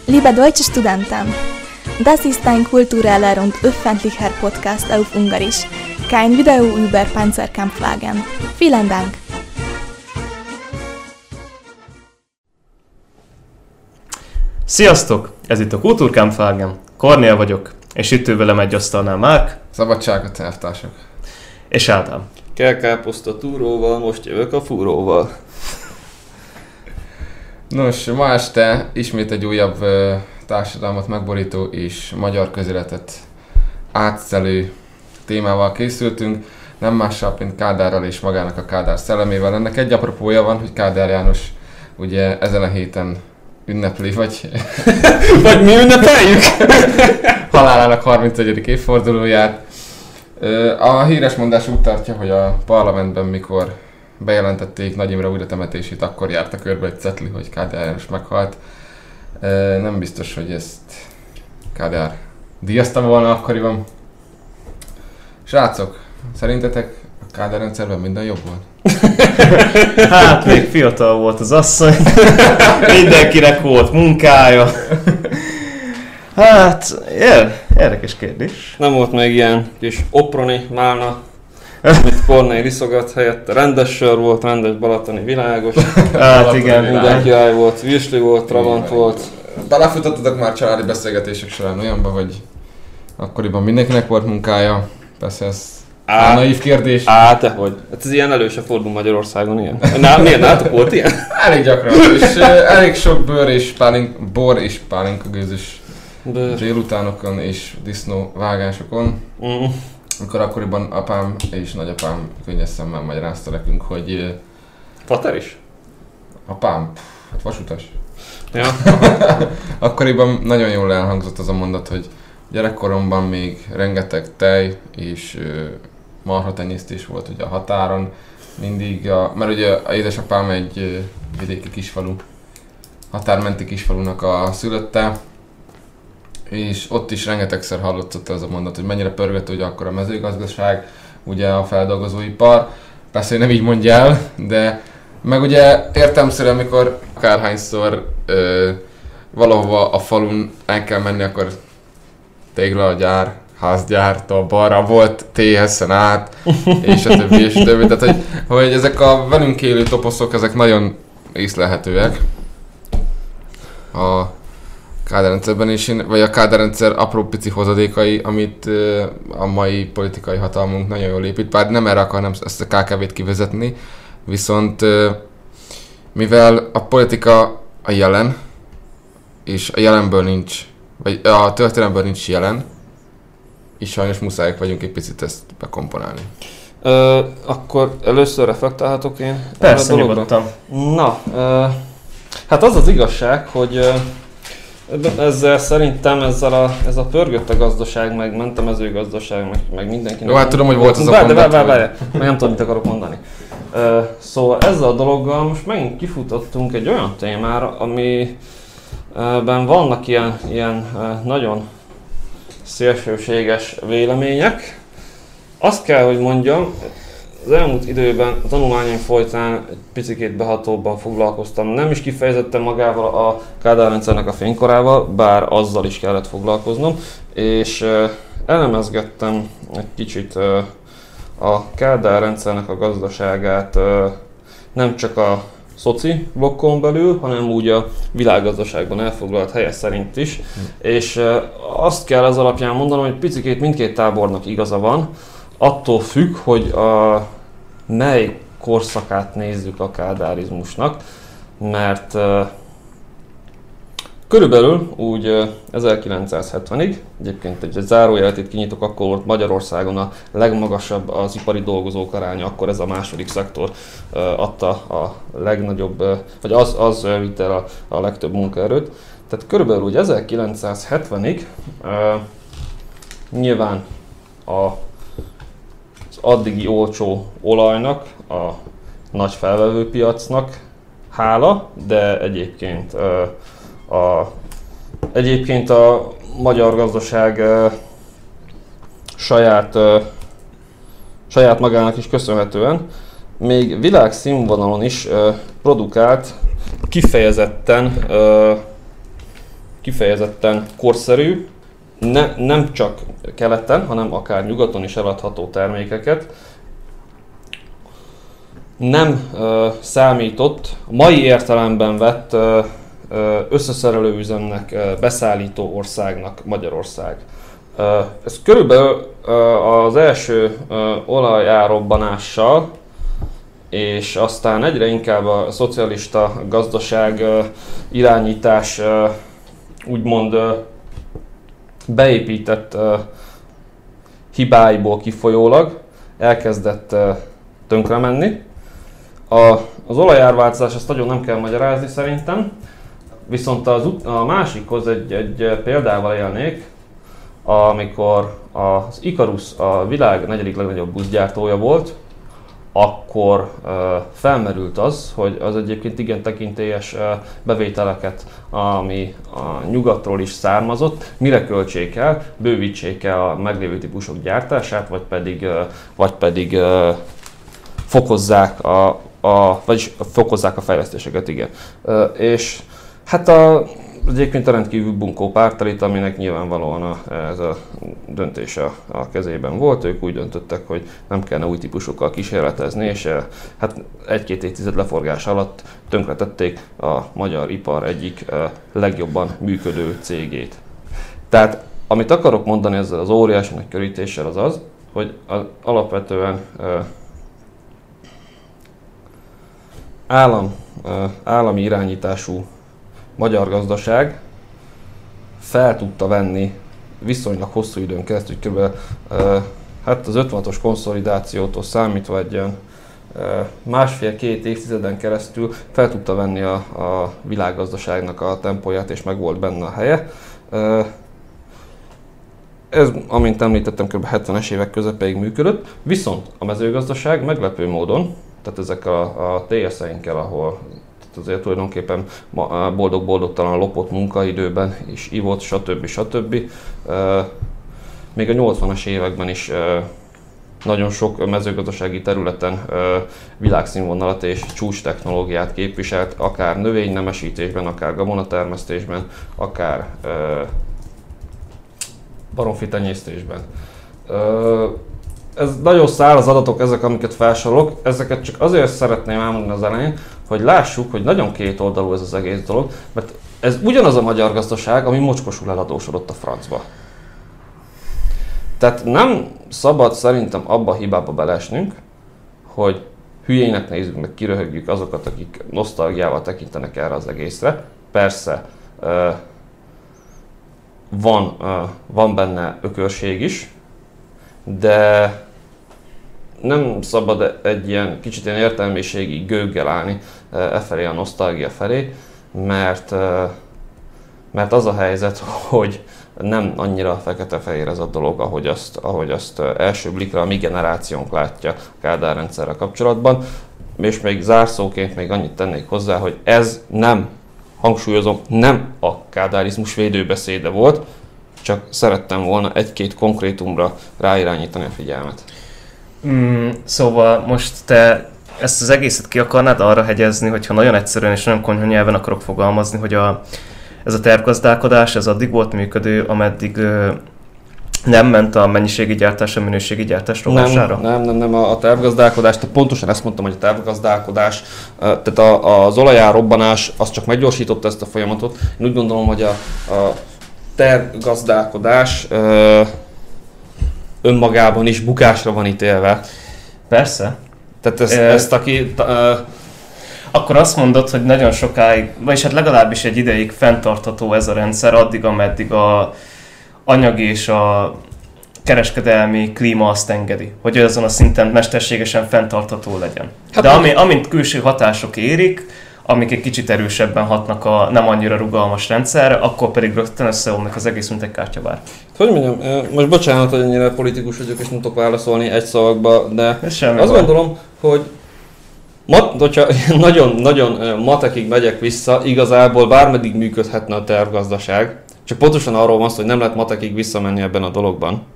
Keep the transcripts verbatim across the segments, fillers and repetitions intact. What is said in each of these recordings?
Liebe deutsche Studenten, das ist ein kultureller und öffentlicher Podcast auf Ungarisch, kein Video über Panzerkampfwagen. Vielen Dank! Sziasztok! Ez itt a Kultúrkampfwagen. Kornél vagyok, és itt ül velem egy asztalnál Márk. Szabadságot, elvtársak. És Ádám. Kell káposzta túróval, most jövök a fúróval. Nos, ma este ismét egy újabb uh, társadalmat megborító és magyar közéletet átszelő témával készültünk. Nem mással, mint Kádárral és magának a Kádár szellemével. Ennek egy apropója van, hogy Kádár János ugye ezen a héten ünnepli, vagy, vagy mi ünnepeljük halálának harmincegyedik évfordulóját. A híres mondás úgy tartja, hogy a parlamentben, mikor bejelentették Nagy Imre újratemetését, akkor járta körbe egy cetli, hogy Kádár János meghalt. Nem biztos, hogy ezt Kádár díjazta volna akkoriban. Srácok, szerintetek a Kádár rendszerben minden jobb volt? Hát még fiatal volt az asszony, mindenkinek volt munkája. Hát, érdekes kérdés. Nem volt még ilyen kis oproni málna, amit Kornél iszogat, helyette rendes sör volt, rendes balatoni világos. Hát igen. Minden király volt, virsli volt, trabant volt. Belefutottatok már családi beszélgetések során olyanba, hogy akkoriban mindenkinek volt munkája. Persze ez Á, naív kérdés. Á, tehogy. Hát ez ilyen elő se fordul Magyarországon ilyen. Nál, miért nálatok volt ilyen? Elég gyakran. És uh, elég sok bőr és pálink, bor és pálinka gőzös délutánokon és disznó vágásokon. Mm. Amikor akkoriban apám és nagyapám könnyes szemmel magyarázta nekünk, hogy... Uh, Pater is? Apám, hát vasutas. Ja. Akkoriban nagyon jól elhangzott az a mondat, hogy gyerekkoromban még rengeteg tej és uh, marhatenyésztés volt ugye a határon. Mindig, a, mert ugye a édesapám egy uh, vidéki kisfalu, határmenti kisfalunak a szülötte, és ott is rengetegszer hallott ez a mondat, hogy mennyire pörgető ugye akkor a mezőgazdaság, ugye a feldolgozóipar. Persze nem így mondja el, de meg ugye értelemszerűen, amikor akárhányszor uh, valahova a falun el kell menni, akkor téglagyár, házgyártól balra volt T-Hessen át, és a többi, és a többi. Tehát, hogy, hogy ezek a velünk élő toposzok, ezek nagyon észlelhetőek a Kádár rendszerben, és én, vagy a Kádár rendszer apró pici hozadékai, amit uh, a mai politikai hatalmunk nagyon jól épít, bár nem erre akarnám ezt a ká ká vét kivezetni, viszont uh, mivel a politika a jelen, és a jelenből nincs, vagy a történelemből nincs jelen, és sajnos muszájak vagyunk egy picit ezt bekomponálni. Ö, akkor először reflektálhatok én? Persze, nyugodtan. Na, ö, hát az az igazság, hogy ö, ezzel szerintem ezzel a, ez a pörgött a gazdaság, meg ment a mezőgazdaság, meg, meg mindenkinek. Jó, hát tudom, hogy volt az a mondat, mondat, várj, várj, várj, meg nem tudom, mit akarok mondani. Ö, szóval ezzel a dologgal most megint kifutottunk egy olyan témára, ami ben vannak ilyen, ilyen nagyon szélsőséges vélemények. Azt kell, hogy mondjam, az elmúlt időben a tanulmányaim folytán egy picikét behatóbban foglalkoztam. Nem is kifejezetten magával a Kádár rendszernek a fénykorával, bár azzal is kellett foglalkoznom, és elemezgettem egy kicsit a Kádár rendszernek a gazdaságát, nem csak a szoci blokkon belül, hanem úgy a világgazdaságban elfoglalt helye szerint is. Hm. És uh, azt kell ez alapján mondanom, hogy picikét mindkét tábornak igaza van, attól függ, hogy a mely korszakát nézzük a kádárizmusnak, mert uh, körülbelül úgy uh, ezerkilencszázhetvenig, egyébként egy zárójelet itt kinyitok, akkor volt Magyarországon a legmagasabb az ipari dolgozók aránya, akkor ez a második szektor uh, adta a legnagyobb, uh, vagy az, az uh, vitte el a, a legtöbb munkaerőt. Tehát körülbelül úgy ezerkilencszázhetvenig uh, nyilván a, az addigi olcsó olajnak, a nagy felvevőpiacnak hála, de egyébként uh, A, egyébként a magyar gazdaság uh, saját, uh, saját magának is köszönhetően még világszínvonalon is uh, produkált kifejezetten uh, kifejezetten korszerű, ne, nem csak keleten, hanem akár nyugaton is eladható termékeket. Nem ö, számított a mai értelemben vett ö, ö, összeszerelőüzemnek, ö, beszállító országnak Magyarország. Ö, ez körülbelül ö, az első ö, olajárrobbanással, és aztán egyre inkább a szocialista gazdaság ö, irányítás ö, úgymond ö, beépített ö, hibáiból kifolyólag elkezdett ö, tönkre menni. A, az olajárváltozás, ezt nagyon nem kell magyarázni szerintem, viszont az, a másikhoz egy, egy példával élnék, amikor az Icarus a világ negyedik legnagyobb buszgyártója volt, akkor uh, felmerült az, hogy az egyébként igen tekintélyes uh, bevételeket, ami a nyugatról is származott, mire költsék el, bővítsék el a meglévő típusok gyártását, vagy pedig, uh, vagy pedig uh, fokozzák a, a, vagyis fokozzák a fejlesztéseket, igen. Uh, és hát a, egyébként a rendkívül bunkó pártelit, aminek nyilvánvalóan a, ez a döntés a, a kezében volt, ők úgy döntöttek, hogy nem kellene új típusokkal kísérletezni, és hát egy-két évtized leforgás alatt tönkretették a magyar ipar egyik legjobban működő cégét. Tehát amit akarok mondani ezzel az óriási nagy körítéssel az az, hogy az alapvetően állam, állami irányítású magyar gazdaság fel tudta venni viszonylag hosszú időn keresztül, kb. Hát az ötvenhatos konszolidációtól számítva egy olyan másfél-két évtizeden keresztül fel tudta venni a, a világgazdaságnak a tempóját, és meg volt benne a helye. Ez, amint említettem, kb. hetvenes évek közepéig működött, viszont a mezőgazdaság meglepő módon, tehát ezek a, a té es einkkel, ahol azért tulajdonképpen boldog-boldogtalan lopott munkaidőben is ivott, stb. stb. Még a nyolcvanas években is nagyon sok mezőgazdasági területen világszínvonalat és csúcs technológiát képviselt, akár növénynemesítésben, akár gabonatermesztésben, akár baromfitenyésztésben. Ez nagyon száraz adatok, ezek, amiket felsorolok, ezeket csak azért szeretném elmondani az elején, hogy lássuk, hogy nagyon kétoldalú ez az egész dolog, mert ez ugyanaz a magyar gazdaság, ami mocskosul eladósodott a francba. Tehát nem szabad szerintem abba a hibába belesnünk, hogy hülyének nézzük, meg kiröhögjük azokat, akik nosztalgiával tekintenek erre az egészre. Persze van, van benne ökörség is, de nem szabad egy ilyen kicsit ilyen értelmiségi gőggel állni e felé, a nosztalgia felé, mert, mert az a helyzet, hogy nem annyira fekete-fehér ez a dolog, ahogy azt, ahogy azt első blikra a mi generációnk látja a Kádár rendszerrel kapcsolatban. És még zárszóként még annyit tennék hozzá, hogy ez nem, hangsúlyozom, nem a kádárizmus védőbeszéde volt, csak szerettem volna egy-két konkrétumra ráirányítani a figyelmet. Mm, szóval most te ezt az egészet ki akarnád arra hegyezni, hogyha nagyon egyszerűen és nagyon konyha nyelven akarok fogalmazni, hogy a, ez a tervgazdálkodás, ez addig volt működő, ameddig ö, nem ment a mennyiségi gyártás a minőségi gyártás rovására? Nem, nem, nem, nem a, a tervgazdálkodás, tehát pontosan ezt mondtam, hogy a tervgazdálkodás, tehát a, az olajárrobbanás, az csak meggyorsította ezt a folyamatot. Én úgy gondolom, hogy a, a tervgazdálkodás ö, önmagában is bukásra van ítélve. Persze. Tehát ezt, e, ezt aki... Ö, akkor azt mondod, hogy nagyon sokáig, vagyis hát legalábbis egy ideig fenntartható ez a rendszer, addig, ameddig a anyagi és a kereskedelmi klíma azt engedi, hogy azon a szinten mesterségesen fenntartható legyen. Hát de ami, amint külső hatások érik, amik egy kicsit erősebben hatnak a nem annyira rugalmas rendszerre, akkor pedig rögtön összeomlik az egész, mint egy kártyabár. Hogy mondjam, most bocsánat, hogy ennyire politikus vagyok és nem tudok válaszolni egy szavakba, de azt baj. gondolom, hogy mat, hogyha nagyon-nagyon matekig megyek vissza, igazából bármeddig működhetne a tervgazdaság, csak pontosan arról van szó, hogy nem lehet matekig visszamenni ebben a dologban.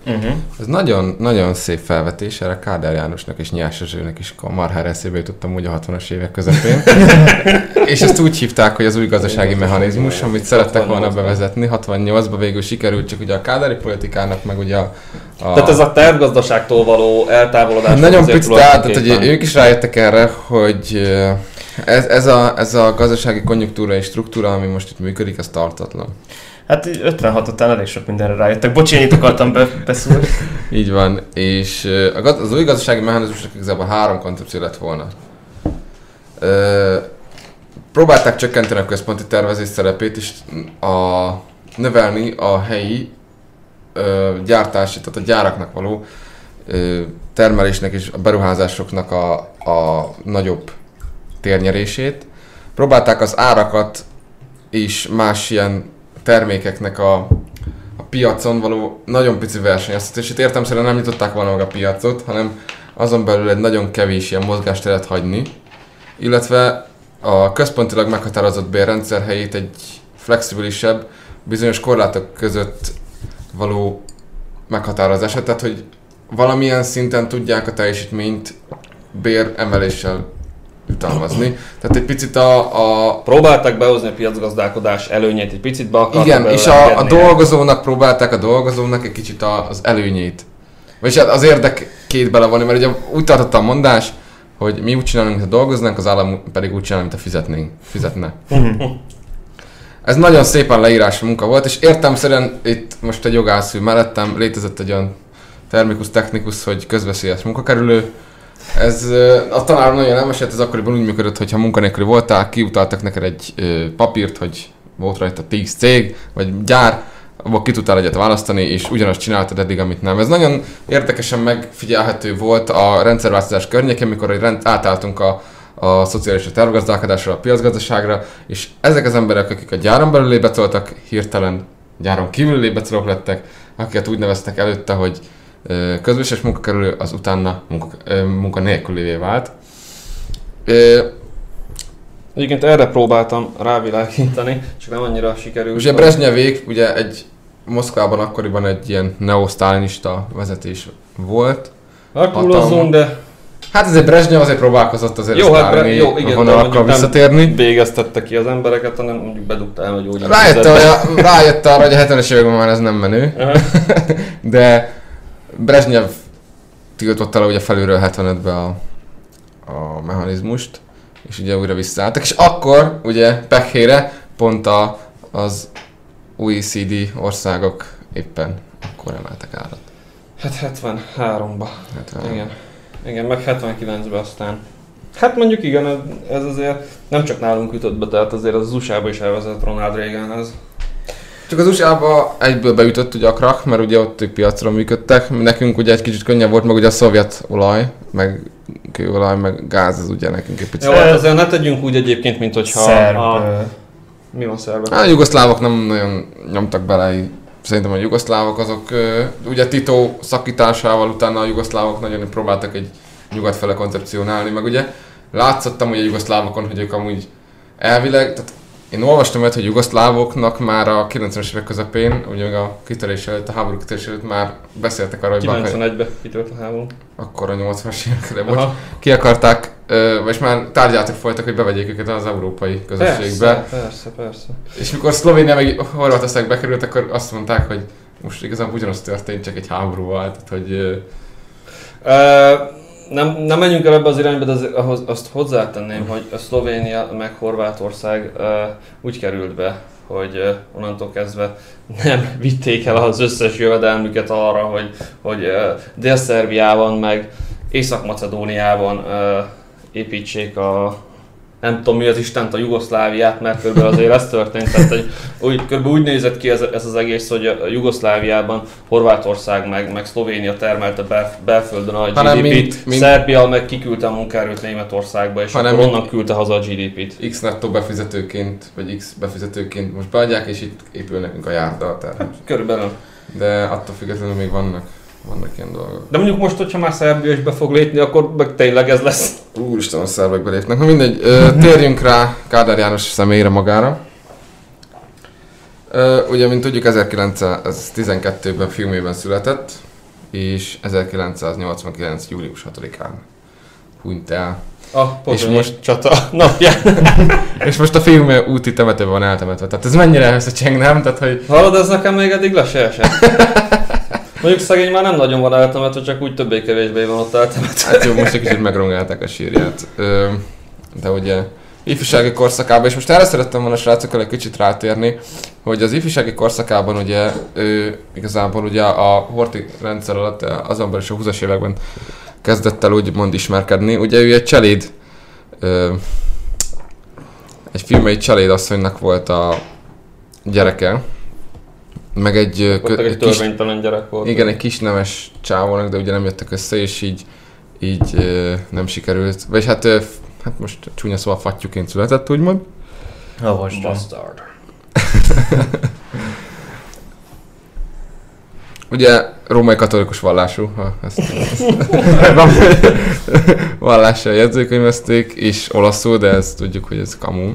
Uh-huh. Ez nagyon, nagyon szép felvetés, erre Kádár Jánosnak és Nyás Erzsőnek is marhára eszébe jutottam úgy a hatvanas évek közepén. És ezt úgy hívták, hogy az új gazdasági mechanizmus, amit szerettek volna bevezetni. hatvannyolcban végül sikerült, csak ugye a kádári politikának, meg ugye a... a... Tehát ez a tervgazdaságtól való eltávolodás... Nagyon picit át, tehát hogy ők is rájöttek erre, hogy ez, ez, a, ez a gazdasági konjunktúra és struktúra, ami most itt működik, ez tartatlan. Hát ötvenhat után elég sok mindenre rájöttek. Bocs, én itt akartam be, beszúrni. Így van, és az új gazdasági mechanizmusnak igazából három koncepció lett volna. Próbálták csökkenteni a központi tervezés szerepét és a, növelni a helyi gyártási, tehát a gyáraknak való termelésnek és a beruházásoknak a, a nagyobb térnyerését. Próbálták az árakat és más ilyen termékeknek a, a piacon való nagyon pici versenyeztetését. Értelemszerűen nem nyitották volna meg a piacot, hanem azon belül egy nagyon kevés ilyen mozgásteret hagyni, illetve a központilag meghatározott bérrendszer helyét egy flexibilisebb, bizonyos korlátok között való meghatározását, tehát hogy valamilyen szinten tudják a teljesítményt bér emeléssel jutalmazni. Tehát egy picit a, a... Próbálták behozni a piacgazdálkodás előnyét, egy picit be akartak. Igen, és a, a dolgozónak próbálták a dolgozónak egy kicsit a, az előnyét. Vagyis az érdekét belevonni, mert ugye úgy tartotta a mondás, hogy mi úgy csinálunk, mint ha dolgoznánk, az állam pedig úgy csinál, mint ha fizetnénk, fizetne. Ez nagyon szépen leírású munka volt, és értelemszerűen itt most egy jogász ül mellettem, létezett egy olyan termikus technikus, hogy közbeszélyes munkakerülő. Ez a tanárom nagyon elmesélt, ez akkoriban úgy működött, hogy ha munkanélküli voltál, kiutaltak neked egy ö, papírt, hogy volt rajta tíz cég, vagy gyár, abból ki tudtál egyet választani, és ugyanazt csináltad eddig, amit nem. Ez nagyon érdekesen megfigyelhető volt a rendszerváltozás környékén, mikor rend, átálltunk a, a szociális tervgazdálkodásra, a piacgazdaságra, és ezek az emberek, akik a gyáron belül lébecoltak, hirtelen gyáron kívül lébecolók lettek, akiket úgy neveztek előtte, hogy közbensős munkakerülő, az utána munka, munkanélkülévé vált. Egyébként erre próbáltam rávilágítani, csak nem annyira sikerült. Ugye Brezsnyevék, ugye egy Moszkvában akkoriban egy ilyen neosztálinista vezetés volt. Túlozzunk, de... Hát ezért Brezsnyev azért próbálkozott azért jó, a hát bre- jó, igen, vonalakkal visszatérni. Nem végeztette ki az embereket, hanem mondjuk bedugta el, hogy úgy... Rájött, a, rájött arra, hogy a hetvenes években már ez nem menő. De Brezsnyev tiltotta le ugye felülről hetvenötbe a, a mechanizmust, és ugye újra visszaálltak, és akkor ugye pekhére pont a, az o e cé dé országok éppen akkor emeltek árat. Hát hetvenháromba. hetvenhárom. Igen. Igen, meg hetvenkilencben aztán. Hát mondjuk igen, ez azért nem csak nálunk ütött be, tehát azért az u es á-ba is elvezett Ronald Reaganhez. Csak az u es á-ba egyből beütött ugye a krach, mert ugye ott ők piacra működtek. Nekünk ugye egy kicsit könnyebb volt, meg ugye a szovjet olaj, meg kőolaj, meg gáz, az ugye nekünk egy picit. Jó, hát azért ne tegyünk úgy egyébként, mint hogyha Szerb. A... Mi van szerb? Hát a jugoszlávok nem nagyon nyomtak bele. Szerintem a jugoszlávok azok ugye Tito szakításával utána a jugoszlávok nagyon próbáltak egy nyugatfele koncepcionálni, meg ugye látszottam ugye a jugoszlávokon, hogy ők amúgy elvileg, tehát én olvastam olyat, hogy jugoszlávoknak már a kilencvenes évek közepén, ugye meg a kitörés előtt, a háború kitörés előtt már beszéltek arra, hogy kilencvenegyben kitört a háború. Akkor a nyolcvanas évekre, bocs. Ki akarták, vagy már tárgyátok folytak, hogy bevegyék őket az európai közösségbe. Persze, persze, persze. És mikor Szlovénia meg Horvátország bekerült, akkor azt mondták, hogy most igazából ugyanaz történt, csak egy háborúval, tehát hogy... Uh, nem, nem menjünk el ebbe az irányba, de azért ahhoz, azt hozzátenném, hogy a Szlovénia meg Horvátország uh, úgy került be, hogy uh, onnantól kezdve nem vitték el az összes jövedelmüket arra, hogy, hogy uh, Dél-Szerbiában meg Észak-Macedóniában uh, építsék a nem tudom mi az Istent, a Jugoszláviát, mert körülbelül azért ez történt. Tehát egy, úgy, körülbelül úgy nézett ki ez, ez az egész, hogy a Jugoszláviában Horvátország meg, meg Szlovénia termelte bel, belföldön a gé dé pét, mint... Szerbia meg kiküldte a munkaerőt Németországba, és akkor onnan küldte haza a gé dé pét. X nettó befizetőként, vagy X befizetőként most beadják, és itt épül nekünk a járda. Tehát... Körülbelül. De attól függetlenül még vannak. Vannak ilyen dolgok. De mondjuk most, hogyha már Szerbia is be fog lépni, akkor meg tényleg ez lesz. Úristen, a szerbek belépnek. Na mindegy, ö, térjünk rá Kádár János személyre magára. Ö, ugye, mint tudjuk, ezerkilencszáztizenkettőben filmében született. és ezerkilencszáznyolcvankilenc. július hatodikán hunyt el. A pozsonyi most- csata napján. És most a fiú úti temetőben van eltemetve. Tehát ez mennyire összecseng, nem? Tehát, hogy Hallod, ez nekem még eddig le se esett. Mondjuk szegény már nem nagyon van eltemetve, csak úgy többé-kevésbé van ott eltemetve. hát jó, most egy kicsit megrongálták a sírját. Ö, de ugye ifjúsági korszakában, és most erre szerettem volna srácokkal egy kicsit rátérni, hogy az ifjúsági korszakában ugye ő, igazából ugye a Horthy rendszer alatt azonban is a húszas években kezdett el úgymond ismerkedni. Ugye ő egy cseléd, ö, egy filmei cselédasszonynak volt a gyereke, meg egy, ö, Ott kö- egy egy kis, törvénytelen gyerek volt. igen, egy kis nemes csávónak, de ugye nem jöttek össze, és így, így ö, nem sikerült. Vagyis hát, ö, hát most csúnya szóval fattyúként született, úgymond. Havasd. Bastard. Ugye római katolikus vallású, ha ezt vallással jegyzőkönyvezték, és olaszul, de ezt tudjuk, hogy ez kamu.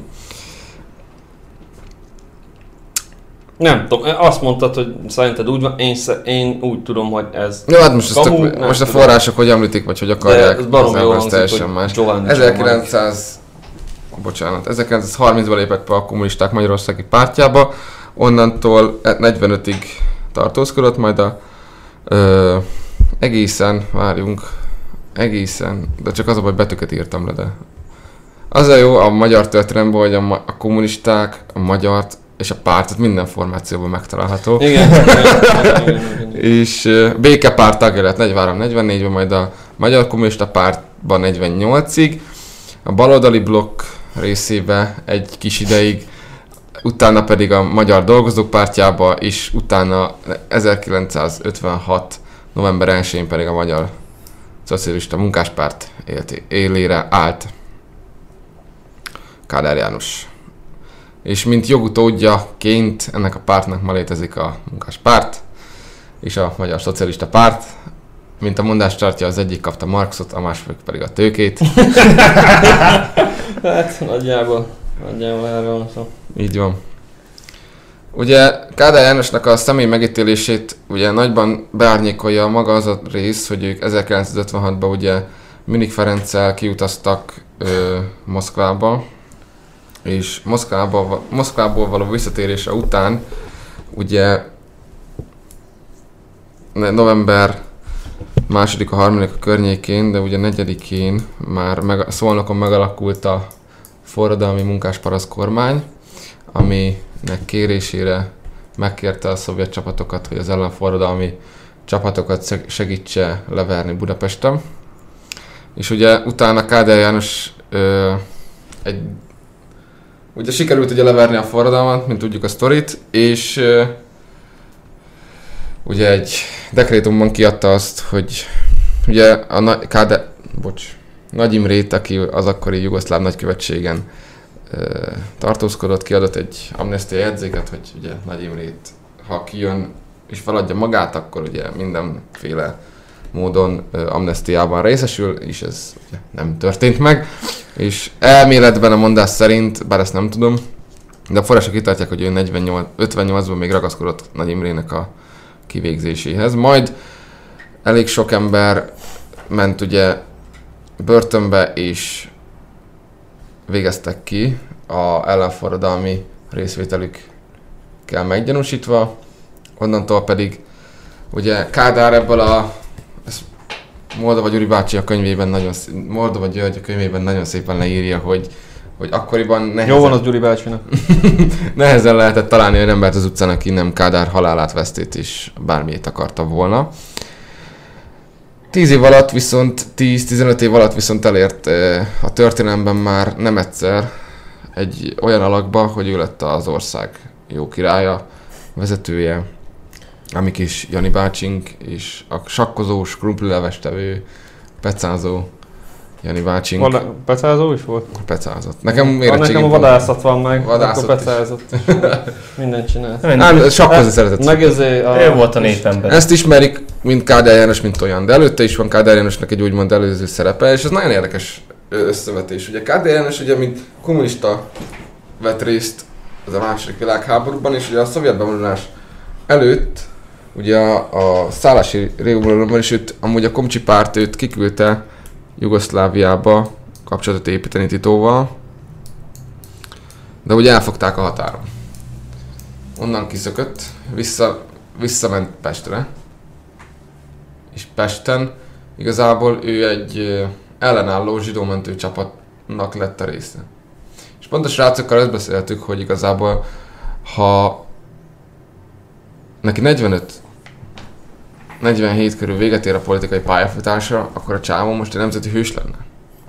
Nem tudom, azt mondtad, hogy szerinted úgy van, én, sze- én úgy tudom, hogy ez... Jó, hát most, kamu, ezt a, nem most a tudom. források hogy említik, vagy hogy akarják, De ez baromi jól az hangzik, teljesen hogy más. Giovanni ezerkilencszáz... Bocsánat, ezerkilencszázharmincban lépett be a kommunisták Magyarországi pártjába, onnantól negyvenötig tartózkodott, majd a ö, egészen, várjunk, egészen, de csak az a baj, betűket írtam le, de az a jó a magyar történelemben, hogy a, ma- a kommunisták, a magyart és a pártot minden formációban megtalálható. Igen, igen, igen, igen, igen. És uh, békepárt tagja lett negyvenhárom negyvennégyben, majd a Magyar Kommunista Pártban negyvennyolcig, a baloldali blokk részébe egy kis ideig, utána pedig a Magyar Dolgozók Pártjába, és utána ezerkilencszázötvenhat. november elsején pedig a Magyar Szocialista Munkáspárt élt, élére állt Kádár János. És mint jogutódjaként ennek a pártnak ma létezik a Munkáspárt és a Magyar Szocialista Párt. Mint a mondás tartja, az egyik kapta Marxot, a másik pedig a tőkét. Hát nagyjából, nagyjából erről van szó. Így van. Ugye Kádár Jánosnak a személy megítélését ugye nagyban beárnyékolja maga az a rész, hogy ők ezerkilencszázötvenhatban ugye Münich Ferenccel kiutaztak ö, Moszkvába, és Moszkvába, Moszkvából való visszatérése után ugye november második, a harmadik a környékén, de ugye negyedikén már meg, Szolnokon megalakult a forradalmi munkásparaszt kormány, aminek kérésére megkérte a szovjet csapatokat, hogy az ellenforradalmi csapatokat segítse leverni Budapesten. És ugye utána Kádár János ö, egy, ugye sikerült ugye leverni a forradalmat, mint tudjuk a sztorit, és ö, ugye egy dekrétumban kiadta azt, hogy ugye a Na- Kádár, bocs, Nagy Imrét, aki az akkori jugoszláv nagykövetségen ö, tartózkodott, kiadott egy amnestia jegyzéket, hogy ugye Nagy Imrét, ha kijön és feladja magát, akkor ugye mindenféle módon ö, amnestiában részesül, és ez ugye nem történt meg. És elméletben a mondás szerint, bár ezt nem tudom, de a források kitartják, hogy ő negyvennyolc, ötvennyolcban még ragaszkodott Nagy Imrének a kivégzéséhez. Majd elég sok ember ment ugye börtönbe, és végeztek ki a ellenforradalmi részvételükkel meggyanúsítva. Onnantól pedig ugye Kádár ebből a Moldova Gyuri bácsi a könyvében nagyon szé- Moldova György a könyvében nagyon szépen leírja, hogy, hogy akkoriban nehezen, Jó van az Gyuri bácsinak. nehezen lehetett találni olyan embert az utcán, aki nem Kádár halálát vesztét és bármilyet akarta volna. Tíz év alatt viszont, tíz-tizenöt év alatt viszont elért eh, a történelemben már nem egyszer egy olyan alakba, hogy ő lett az ország jó királya, vezetője, ami kis Jani bácsink, és a sakkozó, skrumplileves tevő, pecázó Jani bácsink Vada- Pecázó is volt? pecázott. Nekem Ha érettségim nekem a volt. vadászat van meg, Vadászat akkor is. pecázott. Mindent csinált. Nem, sakkozni szeretett. Meg ezért a... Ő volt a népember. Ezt ismerik, mint Kádár János, mint olyan, de előtte is van Kádár Jánosnak egy úgymond előző szerepe, és ez nagyon érdekes összevetés. Ugye Kádár János ugye, mint kommunista vett részt az a második világháborúban, és ugye a szovjet bevonulás előtt ugye a, a szállási régióban is őt, amúgy a Komcsi párt őt kiküldte Jugoszláviába kapcsolatot építeni Titóval, de ugye elfogták a határon. Onnan kiszökött, vissza, visszament Pestre, és Pesten igazából ő egy ellenálló zsidómentő csapatnak lett a része. És pont a srácokkal ezt beszéltük, hogy igazából ha neki negyvenöt negyvenhét körül véget ér a politikai pályafutása, akkor a csávó most egy nemzeti hős lenne.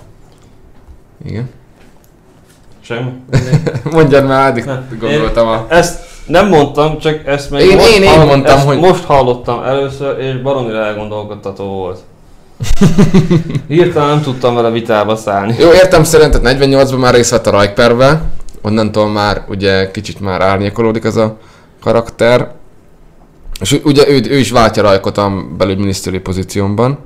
Igen? Semmi. Mondjad már, addig gondoltam a... Ezt nem mondtam, csak ezt még én, most, én, én hall, mondtam, ezt hogy... most hallottam először, és baromira elgondolkodtató volt. Hirtelen nem tudtam vele vitába szállni. Jó, értem szerint, tehát negyvennyolcban már részt vett a Rajkperbe, onnantól már ugye kicsit már árnyékolódik ez a karakter. És ugye ő, ő is váltja Rajkot a belügyminiszteri pozíciómban.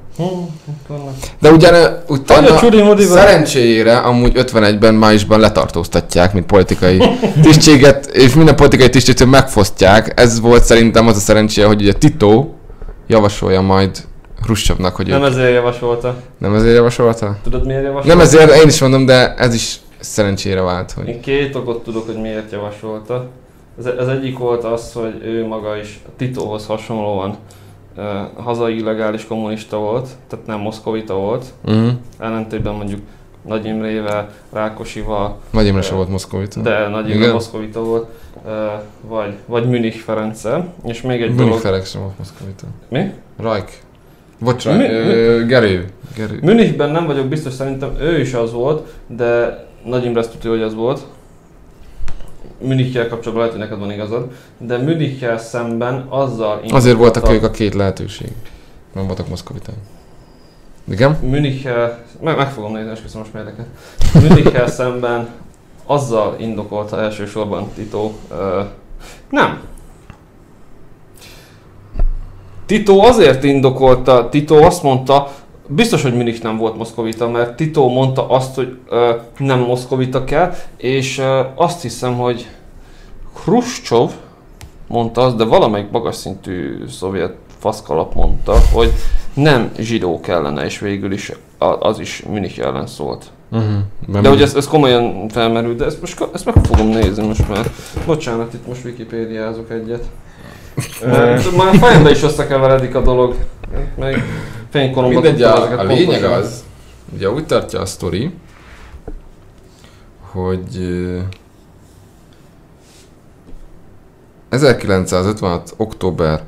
De ugyan utána szerencséjére amúgy ötvenegyben májusban letartóztatják, mint politikai tisztséget, és minden politikai tisztséget megfosztják. Ez volt szerintem az a szerencséje, hogy ugye Tito javasolja majd Hruscsovnak, hogy Nem ők... ezért javasolta. Nem ezért javasolta? Tudod miért javasolta? Nem ezért, én is mondom, de ez is szerencsére vált, hogy... Én két okot tudok, hogy miért javasolta. Az, az egyik volt az, hogy ő maga is a Titóhoz hasonlóan uh, hazai illegális kommunista volt, tehát nem moszkovita volt. Uh-huh. Ellentétben mondjuk Nagy Imrével, Rákosival. Nagy Imre uh, se volt moszkovita. De Nagy Imre moszkovita volt. Uh, vagy, vagy Münich Ferenccel. És még egy Münich dolog... Ferenc sem volt moszkovita. Mi? Rajk. Bocsánat, Mi? ö, Gerő. Gerő. Münichben nem vagyok biztos, szerintem ő is az volt, de Nagy Imre ezt tudja, hogy az volt. Münich-jel kapcsolatban lehet, hogy neked van igazad, de Münich-jel szemben azzal... Azért voltak ők a két lehetőség. Nem voltak moszkovitán. Igen? Münich-jel... Meg, meg fogom nézni, és köszönöm, most érdekel. Münich-jel szemben azzal indokolta elsősorban Tito... Uh, nem. Tito azért indokolta, Tito azt mondta, biztos, hogy Münich nem volt moszkovita, mert Tito mondta azt, hogy uh, nem moszkovita kell, és uh, azt hiszem, hogy Hruscsov mondta azt, de valamelyik magas szintű szovjet faszkalap mondta, hogy nem zsidó kellene, és végül is az is Münich ellen szólt. Uh-huh. De hogy ez, ez komolyan felmerült, de ezt, most, ezt meg fogom nézni most már. Bocsánat, itt most wikipédiázok egyet. uh, már fejembe is összekeveredik a dolog. Meg fénykoromban mindegy, a, a lényeg az, ugye úgy tartja a sztori, hogy ezerkilencszázötvenhat október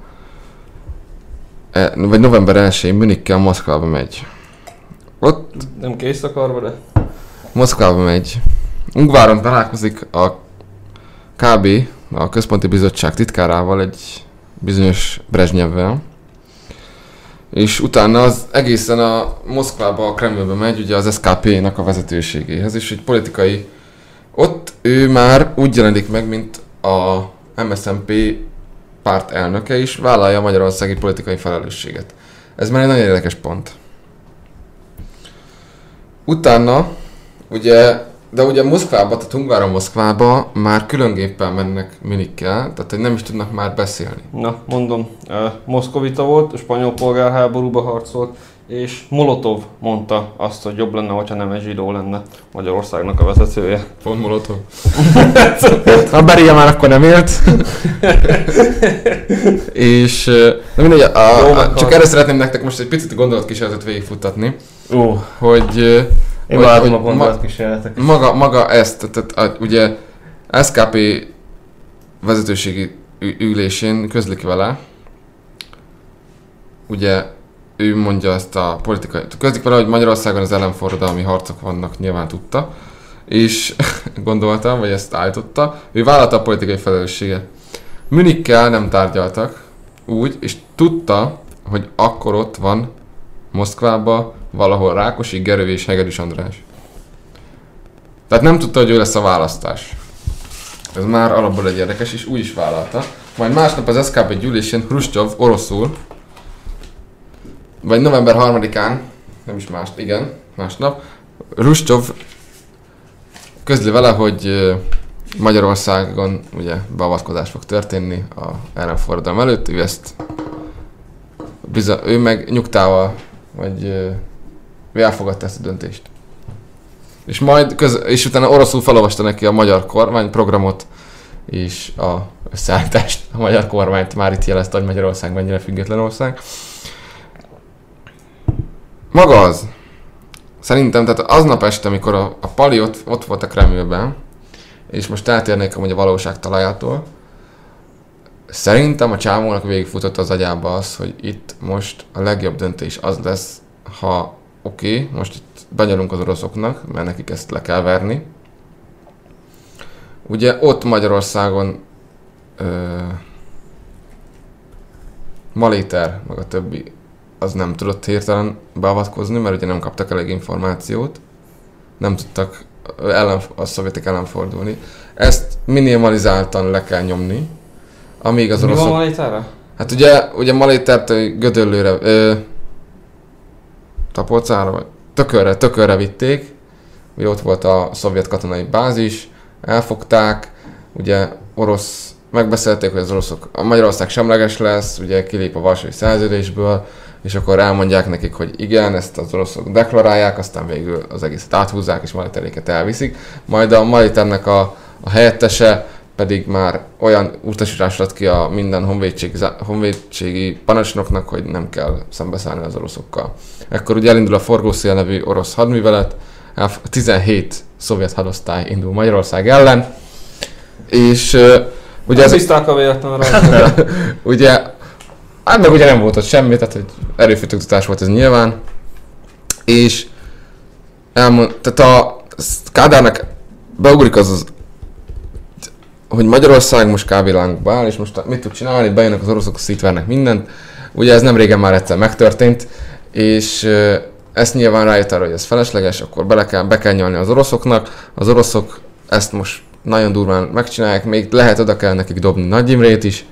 vagy november elsején Münichkel Moszkvába megy. Ott nem kész akarva, de Moszkvába megy. Ungváron találkozik a ká bé, a Központi Bizottság titkárával, egy bizonyos Brezsnyevvel. És utána az egészen a Moszkvába, a Kremlbe megy, ugye az es ká pé-nak a vezetőségéhez, és egy politikai... Ott ő már úgy jelenik meg, mint a em es zé en pé párt elnöke is, vállalja a magyarországi politikai felelősséget. Ez már egy nagyon érdekes pont. Utána, ugye, de ugye Moszkvába, tehát Ungváron Moszkvába már különgéppel mennek Münichkel, tehát hogy nem is tudnak már beszélni. Na, mondom, uh, moszkovita volt, a spanyol polgárháborúba harcolt, és Molotov mondta azt, hogy jobb lenne, hogyha nem egy zsidó lenne Magyarországnak a vezetője. Pont Molotov. A Beria már akkor nem élt. És na mindegy, a, a, a, csak erre szeretném nektek most egy picit gondolatkísérletet végigfuttatni. Ó. Uh. Hogy... Én vártam a gondolatkísérletek. Maga, maga ezt, tehát a, ugye es ká pé vezetőségi ülésén közlik vele, ugye ő mondja ezt a politikai... Közlik vele, hogy Magyarországon az ellenforradalmi harcok vannak, nyilván tudta, és gondoltam, vagy ezt állította, ő vállalta a politikai felelősséget. Münichkel nem tárgyaltak úgy, és tudta, hogy akkor ott van Moszkvában valahol Rákosi, Gerő és Hegedűs András. Tehát nem tudta, hogy ő lesz a választás. Ez már alapból egy érdekes, és úgy is vállalta. Majd másnap az es ká pé gyűlésén Hruscsov oroszul, vagy november harmadikán, nem is más, igen, másnap, Hruscsov közli vele, hogy Magyarországon ugye beavatkozás fog történni a ellenforradalom előtt, ő ezt bizony, ő meg nyugtával, vagy ő elfogadta ezt a döntést. És majd, köz, és utána oroszul felolvasta neki a magyar kormány programot, és a összeállítást, a magyar kormányt már itt jelezte, hogy Magyarország mennyire független ország. Maga az, szerintem, tehát aznap este, amikor a, a Pali ott, ott volt a Kremlben, és most eltérnék amúgy a valóság talajától, szerintem a csávónak végigfutott az agyába az, hogy itt most a legjobb döntés az lesz, ha oké, okay, most itt benyalunk az oroszoknak, mert nekik ezt le kell verni. Ugye ott Magyarországon ö, Maléter, meg a többi, az nem tudott hirtelen beavatkozni, mert ugye nem kaptak elég információt. Nem tudtak ellen, a szovjetek ellen fordulni. Ezt minimalizáltan le kell nyomni. Amíg az Mi oroszok... van Maléterre? Hát ugye, ugye Malétert Gödöllőre, ö, Tapolcára, vagy Tökörre, Tökörre vitték. Ugye ott volt a szovjet katonai bázis, elfogták, ugye orosz, megbeszélték, hogy az oroszok, a Magyarország semleges lesz, ugye kilép a Varsói Szerződésből, és akkor elmondják nekik, hogy igen, ezt az oroszok deklarálják, aztán végül az egészet áthúzzák, és Maléteréket elviszik. Majd a Maléternek a, a helyettese pedig már olyan utasítást ad ki a minden honvédségi, honvédségi parancsnoknak, hogy nem kell szembeszállni az oroszokkal. Ekkor ugye elindul a Forgószél nevű orosz hadművelet, tizenhét szovjet hadosztály indul Magyarország ellen, és uh, ugye... Ez bízták a véletlenre. Ugye, hát meg ugye nem volt ott semmi, tehát hogy erőfitoktatás volt ez nyilván, és elmond, tehát a Kádárnak beugrik az az, hogy Magyarország most kb. Lángba áll, és most mit tud csinálni, bejönnek az oroszok, szétvernek mindent. Ugye ez nem régen már egyszer megtörtént, és uh, ezt nyilván rájött arra, hogy ez felesleges, akkor bele kell, be kell nyalni az oroszoknak. Az oroszok ezt most nagyon durván megcsinálják, még lehet oda kell nekik dobni Nagy Imrét is,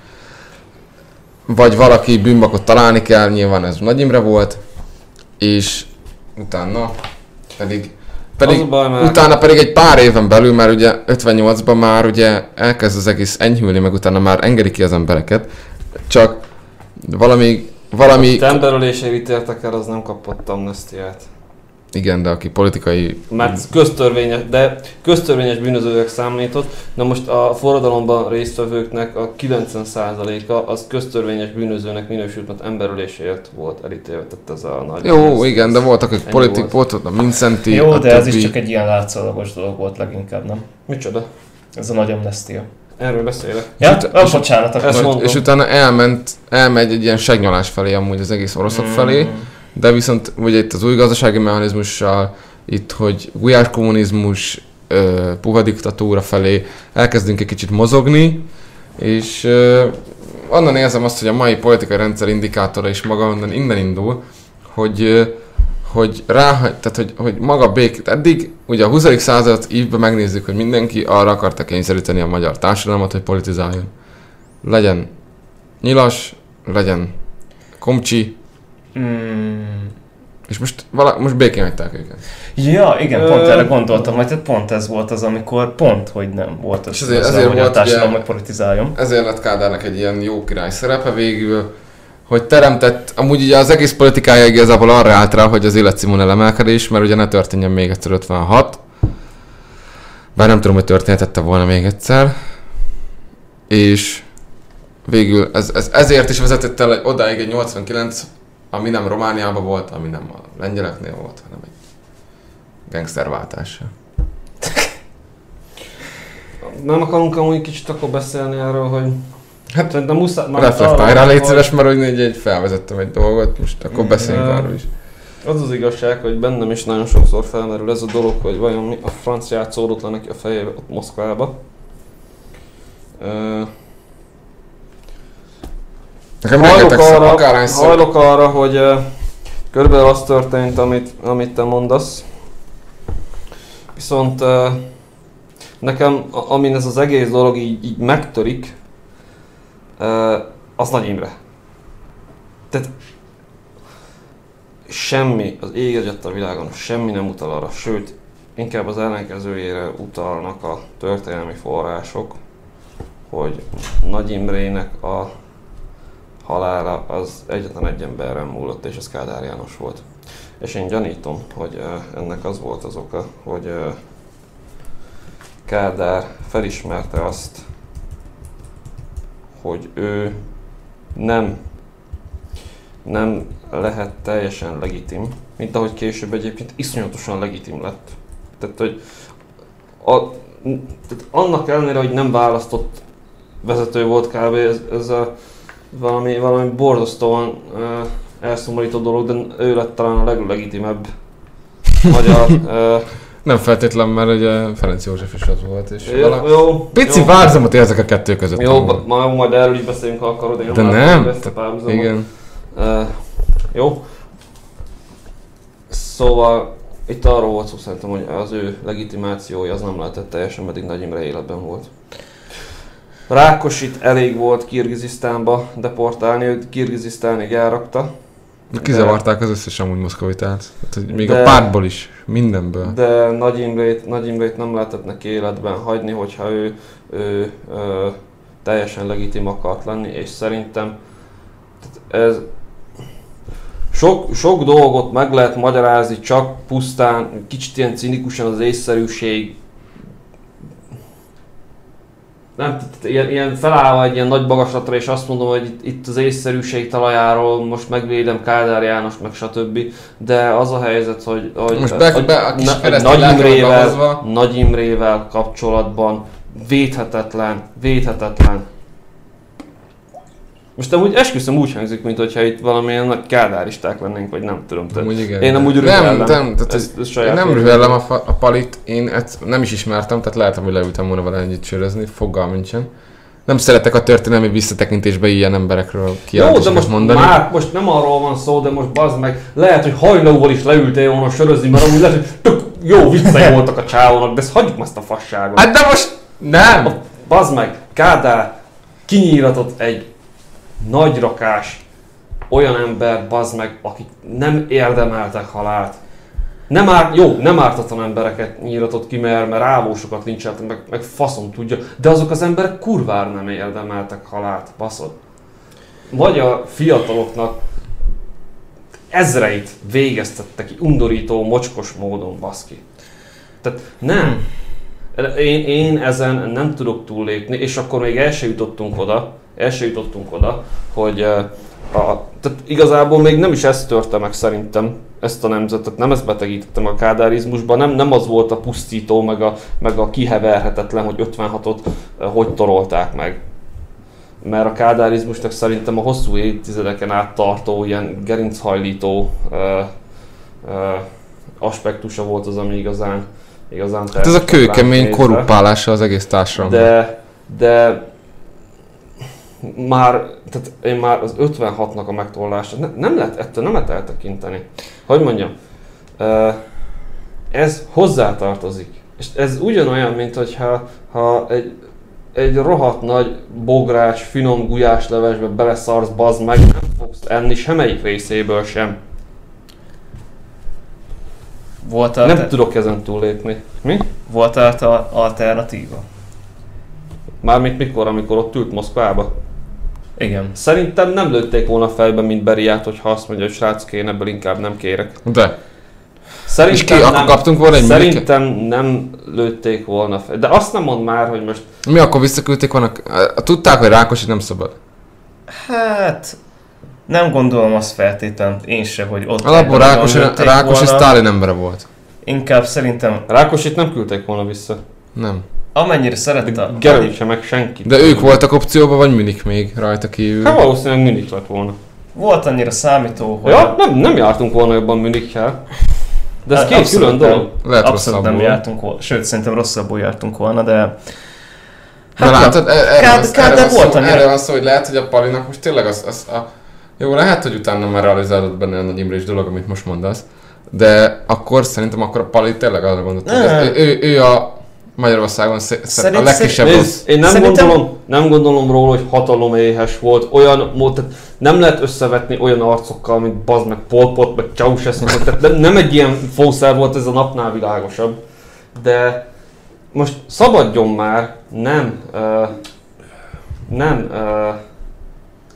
vagy valaki bűnbakot találni kell, nyilván ez Nagy Imre volt, és utána pedig, pedig baj, utána pedig egy pár éven belül, már ugye ötvennyolcban már ugye elkezd az egész enyhülni, meg utána már engedi ki az embereket, csak valami Valami... A emberölésére ítéltek el, az nem kapott amnesztiát. Igen, de aki politikai... Mert köztörvényes, de köztörvényes bűnözőnek számított, na most a forradalomban résztvevőknek a kilencven százaléka az köztörvényes bűnözőnek minősült, mert emberöléséért volt elítélve, tehát ez a nagy... Jó, igen, de voltak, akik politik volt, a Mincenti, Jó, a de többi... ez is csak egy ilyen látszólagos dolog volt leginkább, nem? Micsoda? Ez a nagy amnestia. Erről beszélek. Ja, és, ut- és, bocsánat, akkor... és utána elment, elmegy egy ilyen segnyalás felé amúgy az egész oroszok mm. felé, de viszont ugye itt az új gazdasági mechanizmussal, itt, hogy gulyás kommunizmus, uh, puha diktatúra felé elkezdünk egy kicsit mozogni, és uh, onnan érzem azt, hogy a mai politikai rendszer indikátora is maga onnan innen indul, hogy uh, hogy rá, tehát hogy, hogy maga békét. Eddig ugye a huszadik század évben megnézzük, hogy mindenki arra akarta kényszeríteni a magyar társadalmat, hogy politizáljon. Legyen nyilas, legyen komcsi, mm. és most, vala, most békén hagyták őket. Ja, igen, pont erre gondoltam, hogy pont ez volt az, amikor pont, hogy nem volt az, ezért, az ezért a magyar volt, társadalom, hogy politizáljon. Ezért lett Kádárnak egy ilyen jó király szerepe végül, hogy teremtett, amúgy ugye az egész politikája igazából arra állt rá, hogy az életszínvonal emelkedés, mert ugye ne történjen még egyszer ötvenhat. Bár nem tudom, hogy történhetette volna még egyszer. És végül ez, ez ezért is vezetett el odáig egy nyolcvankilenc, ami nem Romániában volt, ami nem a lengyeleknél volt, hanem egy gangsterváltás. Nem akarunk amúgy kicsit akkor beszélni arról, hogy hát de muszáj... Reflektálj rá, légy szíves, mert hogy egy felvezettem egy dolgot, most akkor beszéljünk uh, arról is. Az az igazság, hogy bennem is nagyon sokszor felmerül ez a dolog, hogy vajon mi a franciát szólott le neki a fejébe ott Moszkvába. Uh, Nekem hajlok arra, akárhányszor... hajlok arra, hogy uh, körülbelül az történt, amit, amit te mondasz. Viszont uh, nekem, amin ez az egész dolog így, így megtörik, uh, az Nagy Imre. Tehát semmi, az ég egyet a világon, semmi nem utal arra, sőt, inkább az ellenkezőjére utalnak a történelmi források, hogy Nagy Imrének a halála az egyetlen egy emberren múlott, és ez Kádár János volt. És én gyanítom, hogy ennek az volt az oka, hogy Kádár felismerte azt, hogy ő nem, nem lehet teljesen legitim, mint ahogy később egyébként iszonyatosan legitim lett. Tehát, hogy a, tehát annak ellenére, hogy nem választott vezető volt kb. Ez, ez a valami, valami borzasztóan uh, elszomorító dolog, de ő lett talán a leglegitimebb magyar... Uh, nem feltétlen, mert ugye Ferenc József is az volt, és jó, valami... jó, pici jó. párhuzamot érzek a kettő között. Jó, ma, majd erről is beszélünk, ha akarod, én de nem, ezt a párhuzamot. Igen. Uh, jó. Szóval itt arról volt szó szerintem, hogy az ő legitimációja az nem lehetett teljesen, meddig Nagy Imre életben volt. Rákosit elég volt Kirgizisztánba deportálni, őt Kirgizisztánig elrakta. Kizavarták az összes amúgy moszkovitát. Hát, még de, a pártból is, mindenből. De Nagy Imrét, Nagy Imrét nem lehetett neki életben hagyni, hogyha ő, ő ö, teljesen legitim akart lenni, és szerintem ez sok, sok dolgot meg lehet magyarázni, csak pusztán, kicsit ilyen cinikusan az észszerűség. Nem, ilyen, ilyen felállva egy ilyen nagy magaslatra, és azt mondom, hogy itt, itt az észszerűség talajáról most megvédem Kádár Jánost, meg stb. De az a helyzet, hogy, hogy, most be, hogy be, a kis na, Nagy, Imrével, Nagy Imrével kapcsolatban védhetetlen, védhetetlen. Most amúgy esküszöm úgy hangzik, mintha itt valamilyen nagy kádáristák lennénk, vagy nem tudom. Igen, én amúgy rühellem. Nem, nem, tehát ez, ez én nem rühellem a, a Palit, én ezt nem is ismertem, tehát lehet, hogy leültem volna vele együtt sörözni, fogalmam nincsen. Nem szeretek a történelmi visszatekintésbe ilyen emberekről kijelentésokat mondani. Jó, de most már, most nem arról van szó, de most bazd meg, lehet, hogy hajnóval is leültél volna sörözni, mert amúgy lehet, hogy tök jó viccei voltak a csávónak, de ezt hagyjuk ezt a fasságot. Hát de most nem! Bazd meg, Kádár kinyíratott egy nagyrakás olyan ember, bazd meg, akik nem érdemeltek halált. Nem árt, jó, nem ártatlan embereket nyíratott ki, mert, mert rávósokat lincseltek, meg, meg faszom tudja, de azok az emberek kurvára nem érdemeltek halált, baszod. Magyar fiataloknak ezreit végeztette ki undorító, mocskos módon, baszki. Tehát nem. Én, én ezen nem tudok túllépni, és akkor még el se jutottunk oda, el se jutottunk oda, hogy a, tehát igazából még nem is ezt törte meg szerintem, ezt a nemzetet, nem ezt betegítettem a kádárizmusba, nem, nem az volt a pusztító, meg a, meg a kiheverhetetlen, hogy ötvenhatot hogy torolták meg. Mert a kádárizmusnak szerintem a hosszú évtizedeken át tartó, ilyen gerinchajlító uh, uh, aspektusa volt az, ami igazán, igazán hát ez a kőkemény korrupálása az egész társadalomban. De, de már, tehát én már az ötvenhatnak a megtorlása, ne, nem lehet ettől nem lehet eltekinteni. Hogy mondjam, ez hozzátartozik. És ez ugyanolyan, mint hogyha ha egy, egy rohadt nagy bogrács, finom gulyáslevesbe beleszarsz, bazd meg, nem fogsz enni semmelyik részéből sem. Volt nem te... tudok ezen túllépni. Mi? Volt alternatíva? Mármint mikor, amikor ott ült Moszkvába? Igen. Szerintem nem lőtték volna fejbe, mint Beriát, hogyha azt mondja, hogy srác, én ebből inkább nem kérek. De. Szerintem és ki, nem, akkor kaptunk volna egy Szerintem műke? Nem lőtték volna fel. De azt nem mond már, hogy most... Mi akkor visszaküldték volna? Tudták, hogy Rákosit nem szabad? Hát... Nem gondolom azt feltétlenül én se, hogy ott... Alapból Rákosi, Rákosi Sztálin embere volt. Inkább szerintem... Rákosit nem küldték volna vissza. Nem. Amennyire szerette... Gerőt sem meg senkit. De ők voltak opcióban, vagy Münich még rajta kívül? Hát valószínűleg Münich lett volna. Volt annyira számító, hogy... Ja, nem, nem jártunk volna jobban Münich-kel. De ez két külön dolog. Lehet abszolút nem jártunk volna. Sőt, szerintem rosszabbul jártunk volna, de... Hát de látod, erre van szó, hogy lehet, hogy a Palinak most tényleg az... az a... Jó, lehet, hogy utána már realizálódott benne a Nagy Imrés dolog, amit most mondasz. De akkor szerintem akkor a Pali tényleg arra gondolt, hogy ő, ő a Magyarországon Szerint, a legkisebb rossz. Én nem, Szerintem... gondolom, nem gondolom róla, hogy hataloméhes volt, olyan mód, tehát nem lehet összevetni olyan arcokkal, mint bazd meg Pol Pot, meg Ceausescu, tehát nem, nem egy ilyen fószer volt, ez a napnál világosabb. De most szabadjon már, nem, uh, nem, uh,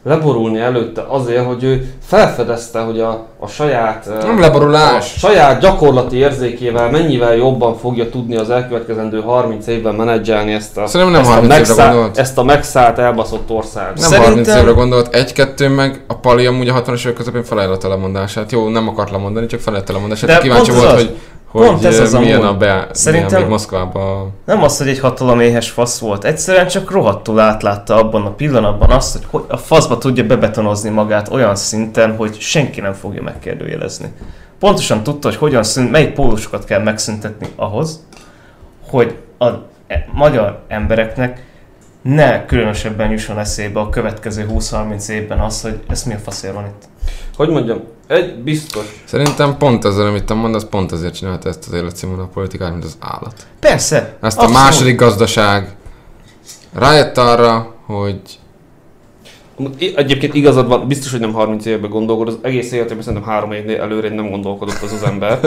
leborulni előtte azért, hogy ő felfedezte, hogy a, a saját, nem leborulás. A saját gyakorlati érzékével mennyivel jobban fogja tudni az elkövetkezendő harminc évben menedzselni ezt a, nem ezt, a megszállt, ezt a megszállt, elbaszott országot. Nem Szerintem... harminc évre gondolt, egy-kettő meg a Pali amúgy a hatvanas évek közepén felejlett a lemondását. Jó, nem akart lemondani, csak felejlett a lemondását. De kíváncsi volt, az, hogy, hogy ez az milyen a be, milyen még Moszkvában. Nem az, hogy egy hataloméhes fasz volt, egyszerűen csak rohadtul átlátta abban a pillanatban azt, hogy, hogy a faszba tudja bebetonozni magát olyan szinten, hogy senki nem fogja megkérdőjelezni. Pontosan tudta, hogy hogyan szünt, melyik pólusokat kell megszüntetni ahhoz, hogy a magyar embereknek ne különösebben jusson eszébe a következő húsz-harminc évben az, hogy ez mi a faszér van itt. Hogy mondjam, egy biztos. Szerintem pont ezzel, amit te mondasz, pont azért csinálta ezt az életszínvonal politikát, mint az állat. Persze. Ezt abszolút. A második gazdaság rájött arra, hogy... Egyébként igazad van, biztos, hogy nem harminc évben gondolkod, az egész életében szerintem három évnél előre nem gondolkodott az az ember.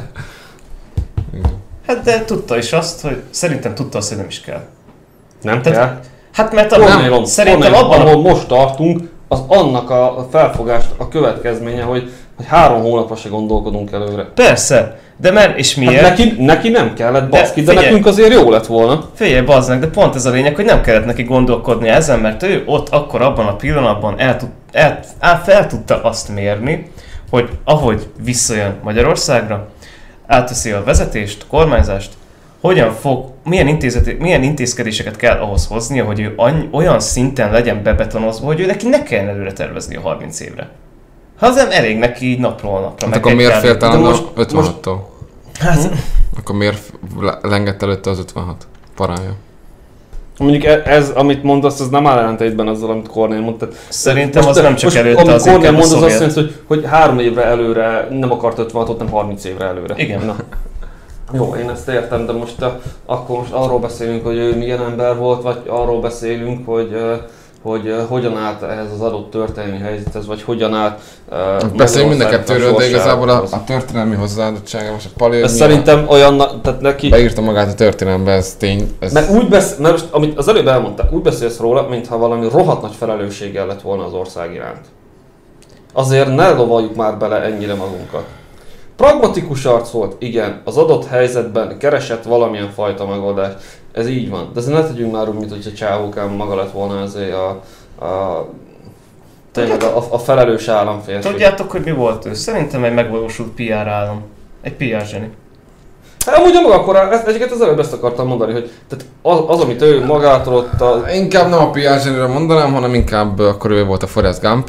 Hát de tudta is azt, hogy szerintem tudta azt, hogy nem is kell. Nem Tehát, kell? Hát mert a nem, szerintem abban, ahol most tartunk, az annak a felfogást, a következménye, hogy, hogy három hónapra se gondolkodunk előre. Persze, de mert és miért? Hát neki, neki nem kellett, baszki, de, de nekünk azért jó lett volna. Figyelj, bazdnek, de pont ez a lényeg, hogy nem kellett neki gondolkodni ezen, mert ő ott akkor abban a pillanatban el, tud, el, el, fel tudta azt mérni, hogy ahogy visszajön Magyarországra, átveszi a vezetést, a kormányzást, hogyan fog, milyen, milyen intézkedéseket kell ahhoz hoznia, hogy ő any, olyan szinten legyen bebetonozva, hogy ő neki ne kelljen előre tervezni a harminc évre. Ha az nem elég neki így napról napra. Hát akkor miért félt el a ötvenhattól? Hát... Hm? Akkor miért lengett előtte az ötvenhat? Parája. Mondjuk ez, amit mondasz, az nem áll ellentétben azzal, amit Kornél mondta. Szerintem most, az nem csak előtte, az inkább a szovjet. Kornél azt jelenti, hogy, hogy három évre előre nem akart ötvenhatot, nem harminc évre előre. Igen. Na. Jó, én ezt értem, de most a, akkor most arról beszélünk, hogy ő milyen ember volt, vagy arról beszélünk, hogy, hogy hogyan állt ehhez az adott történelmi helyzethez, vagy hogyan állt... Uh, Beszéljünk mind a kettőről, de igazából a, a történelmi hozzáadottsága most a Pali... Szerintem olyan, tehát neki... Beírta magát a történelembe, ez tény... Ez... Mert úgy besz... mert most, amit az előbb elmondták, úgy beszélsz róla, mintha valami rohadt nagy felelősséggel lett volna az ország iránt. Azért ne lovaljuk már bele ennyire magunkat. Pragmatikus arc volt, igen, az adott helyzetben keresett valamilyen fajta megoldást. Ez így van. De ezzel ne tegyünk már úgy, mint hogyha Csávókán maga lett volna azért a, a, tényleg a, a felelős államférfi. Tudjátok, hogy mi volt ő? Szerintem egy megvalósult pé er állam. Egy pé er zseni. Hát amúgy a maga korán, egyiket az előbb ezt akartam mondani, hogy tehát az, az amit ő magától ott a... Inkább nem a pé er zsenire mondanám, hanem inkább akkor ő volt a Forrest Gump.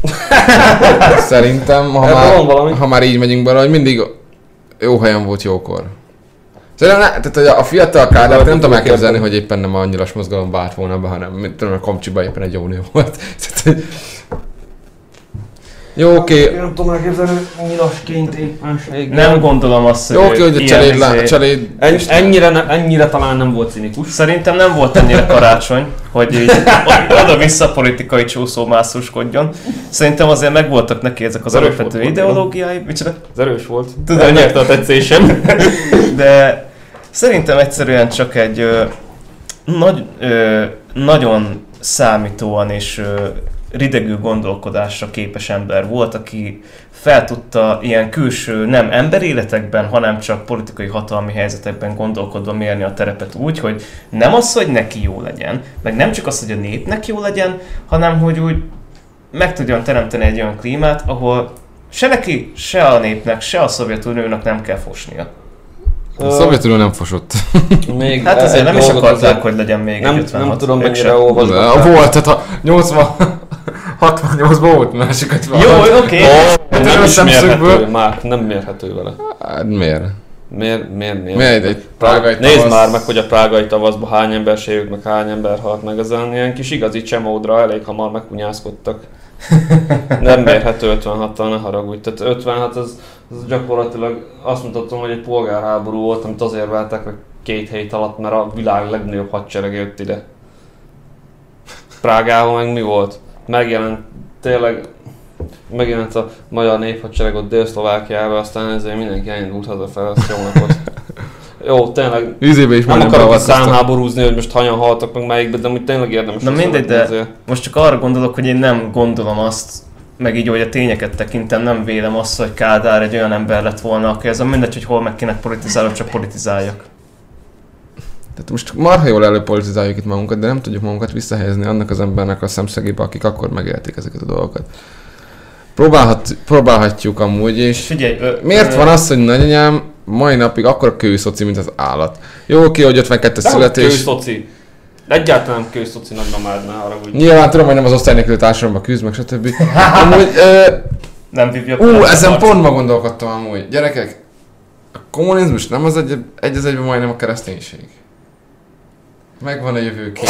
Szerintem, ha már, ha már így megyünk bele, hogy mindig jó helyen volt jókor. Szerintem ne, tehát a fiatal Kádár, nem tudom elképzelni, hogy éppen nem a nyilas mozgalomba állt volna be, hanem tudom, a Komcsiba éppen egy jó nő volt. Jó, oké. Okay. Nem tudom elképzelni, hogy nyilasként éppenség. Nem gondolom azt, hogy... Jó, oké, hogy a cseléd... Lá, cseléd en, ennyire, ne, ennyire talán nem volt cinikus. Szerintem nem volt ennyire karácsony, hogy így oda-vissza politikai csúszómászuskodjon. Szerintem azért megvoltak neki ezek az, az alapvető ideológiái. Micsoda? Az erős volt. Tudom, nyerte a tetszésem. De szerintem egyszerűen csak egy ö, nagy, ö, nagyon számítóan és ö, ridegű gondolkodásra képes ember volt, aki fel tudta ilyen külső, nem emberéletekben, hanem csak politikai hatalmi helyzetekben gondolkodva mérni a terepet úgy, hogy nem az, hogy neki jó legyen, meg nem csak az, hogy a népnek jó legyen, hanem hogy úgy meg tudjon teremteni egy olyan klímát, ahol se neki, se a népnek, se a Szovjetuniónak nem kell fosnia. A Szovjetunió nem fosott. Még hát azért nem is akarták, hogy legyen még nem, egy ötvenhat. Nem tudom, mennyire olvasgatták. Volt, tehát a nyolcvan... hatvannyolcban volt másik ötven. Jó, oké. Okay. Nem is mérhető, már nem mérhető vele. Hát miért? Miért, miért, miért? Miért egy prágai tavasz? Nézd már meg, hogy a prágai tavaszban hány ember sérült, meg hány ember halt meg, ezen ilyen kis igazi csemódra elég hamar megkunyászkodtak. Nem mérhető ötvenhattal, ne haragudj. Tehát ötvenhat az, az gyakorlatilag azt mutatom, hogy egy polgárháború volt, amit azért válták meg két hét alatt, mert a világ legnagyobb hadserege jött ide. Prágában meg mi volt? Megjelent, tényleg megjelent a magyar néphadsereg ott Dél-Szlovákiában, aztán ezért mindenki elindult hazafele, azt jó napot. Jó, tényleg. Üzébe is nem majdnem akarok beavatkoztak. számháborúzni, hogy most hanyan haltak meg melyikbe, de úgy tényleg érdemes. Na mindegy, de azért. most csak arra gondolok, hogy én nem gondolom azt, meg így, hogy a tényeket tekintem, nem vélem azt, hogy Kádár egy olyan ember lett volna, aki azon mindegy, hogy hol meg kinek politizálok, csak politizáljak. Tehát most marha jól előpolitizáljuk itt magunkat, de nem tudjuk magunkat visszahelyezni annak az embernek a szemszögébe, akik akkor megélték ezeket a dolgokat. Próbálhat, próbálhatjuk amúgy, és Figyelj, ö, miért ö, van az, hogy nagyanyám mai napig akkor kőszoci, mint az állat? Jó, oké, hogy ötvenkettes De születés. kőszoci. Egyáltalán nem kőszoci nagymamád, ne arra, hogy... Nyilván tudom, hogy nem az osztály nélküli társadalomban küzd, meg stb. Amúgy, ö, nem vívja ú, a ezen harcot. pont ma gondolkodtam amúgy. Gyerekek, a kommunizmus nem az egy, egy az egyben majdnem a kereszténység. Megvan a jövőkép.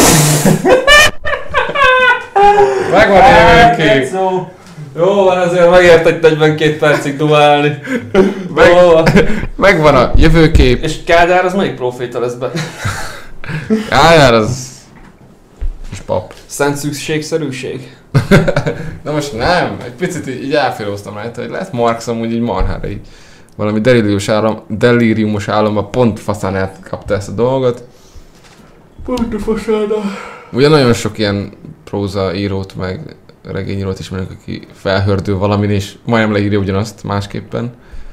Megvan a jövőkép. Jó, jó van, ezért megért egy negyvenkét percig dumálni. Meg- Jó van. Megvan a jövőkép. És Kádár az melyik proféta lesz be? Ájár az... És pap. Szent szükségszerűség? Na most nem, egy picit így, így elféloztam rajta, hogy lehet Marx amúgy így marhára így valami delíriumos, állam, delíriumos államban pont faszán elkapta ezt a dolgot. Pont a fasáda. Ugye nagyon sok ilyen próza írót, meg regényírót ismerünk, aki felhördül valamin és majdnem leírja ugyanazt másképpen.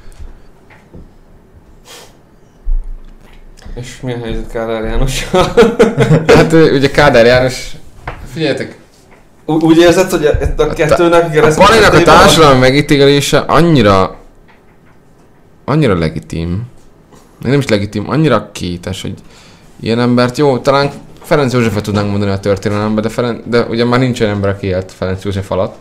És mi a helyzet Kádár Jánossal? Hát ö, ugye Kádár János, figyeljetek, Ú- Úgy érzed, hogy a, a kettőnek a keresztül... Palinak a társadalmi megítélése annyira, annyira legitim, még nem is legitim, annyira kétes, hogy ilyen embert, jó, talán Ferenc Józsefet tudnánk mondani a történelemben, de, Feren, de ugye már nincs olyan ember, aki élt Ferenc József alatt.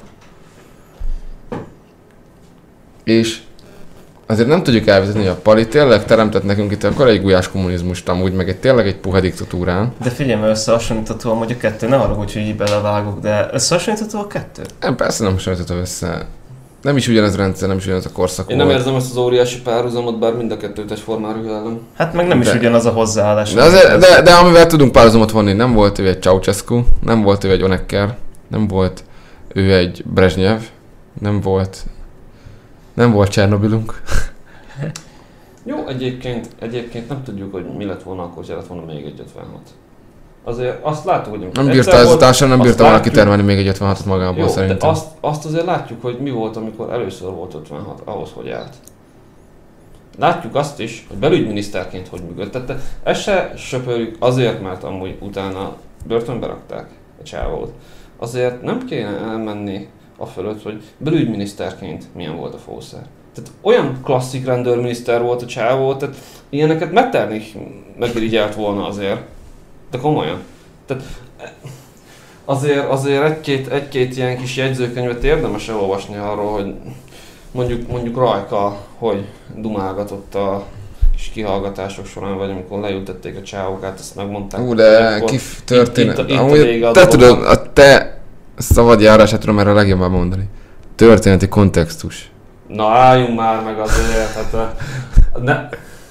És azért nem tudjuk elvezetni, hogy a Pali tényleg teremtett nekünk itt akkor egy gulyás kommunizmust amúgy, meg egy tényleg egy puha diktatúrán. De figyelj, mert összehasonlítható amúgy a kettő, ne arra, hogy így belevágok, de összehasonlítható a kettő? Nem, persze nem hasonlítható össze. Nem is ugyanaz a rendszer, nem is ugyanaz a korszak Én nem volt. érzem ezt az óriási párhuzamot, bár mind a kettőt egyformán rühellem. Hát meg nem is De- ugyanaz a hozzáállás. De, azért, de, de amivel tudunk párhuzamot vonni, nem volt ő egy Ceausescu, nem volt ő egy Honecker, nem volt ő egy Brezsnyev, nem volt, nem volt Csernobilunk. Jó, egyébként, egyébként nem tudjuk, hogy mi lett volna akkor, hogy lett volna még egy ötvenhat. Azért azt látjuk, hogy... Nem egyszer bírta ez a volt, társadalom, nem azt bírta volna látjuk- kitermelni még egy ötvenhatot magából Jó, szerintem. de azt, azt azért látjuk, hogy mi volt, amikor először volt ötvenhat, ahhoz, hogy állt. Látjuk azt is, hogy belügyminiszterként hogy működtette. Ezt se söpörjük azért, mert amúgy utána börtönbe rakták a csávót. Azért nem kéne elmenni a fölött, hogy belügyminiszterként milyen volt a fószer. Tehát olyan klasszik rendőrminiszter volt a csávó, tehát ilyeneket Metternich megirigyelt volna azért. De komolyan. Tehát azért, azért egy-két, egy-két ilyen kis jegyzőkönyvet érdemes elolvasni arról, hogy mondjuk, mondjuk Rajka, hogy dumálgatott a kis kihallgatások során, vagy amikor leültették a csávókát, ezt megmondták. Ú, de akkor kif történet. itt- itt a Amúgy vége a te dolognak. tudod, a te szabad járását tudom erre a legjobban mondani. Történeti kontextus. Na álljunk már meg azért, hát uh, ne...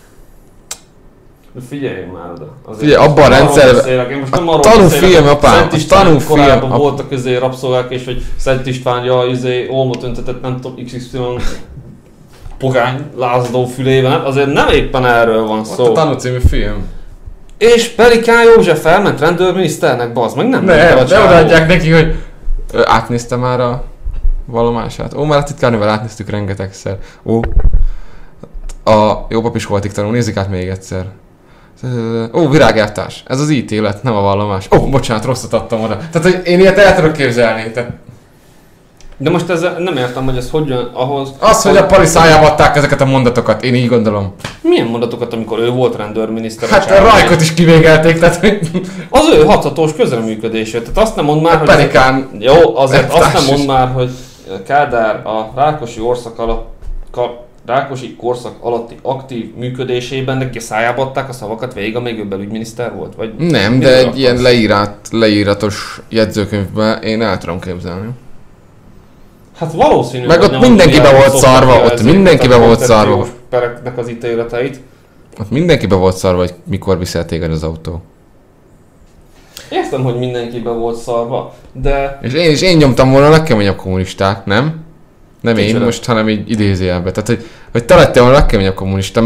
De figyeljünk már oda. Azért Figyelj, most abban a nem arról rendszerben- beszélek, én most a nem arról tanúfilm, beszélek, apám, Szent a István tanúfilm, korábban ap- voltak közé rabszolgák, és hogy Szent István, ja, izé, olmot öntetett, nem tudom, iksz ipszilon pogány lázadó fülében, azért nem éppen erről van Ott szó. a Tanú című film. És Pelikán József felment rendőrminiszternek, bazd meg, nem ment el Nem, a de csávó. odaadják neki, hogy ö, átnézte már a vallomását. Ó, már a titkárnővel átnéztük rengetegszer. Ó, a jó papiskola tanul, nézzük át még egyszer. Ó, virágelvtárs, ez az ítélet, nem a vallomás. Ó, bocsánat, rosszat adtam oda. Tehát, hogy én ilyet el tudok képzelni. Tehát De most ezzel nem értem, hogy ez hogy jön ahhoz... az, hogy a Pali szájába adták ezeket a mondatokat, én így gondolom. Milyen mondatokat, amikor ő volt rendőrminiszter? Hát a csávó? Rajkot is kivégelték, tehát hogy Az ő hathatós közreműködése. Tehát azt nem mond már, a hogy... Pelikán. Jó, azért azt nem Elvtárs mond is. már, hogy Kádár a Rákosi korszak alatt, ka, Rákosi korszak alatti aktív működésében neki a szájába adták a szavakat végig, amíg ő belügyminiszter volt? Vagy Nem, miről de egy akarsz? ilyen leírat, leíratos jegyzőkönyvben én el tudom képzelni. Hát valószínű, Meg hogy ott nem mindenkibe tudják volt szoktak szarva, ott jelezni mindenkibe a volt szarva. koncepciós pereknek az ítéleteit. Ott mindenkibe volt szarva, hogy mikor viszel téged az autó. Értem, hogy mindenkibe volt szarva, de És én is én nyomtam volna a legkeményebb kommunistát, nem? Nem én Kicsoda? most, hanem így idézőjelbe. Tehát, hogy, hogy te lettél volna a legkeményebb kommunista, mert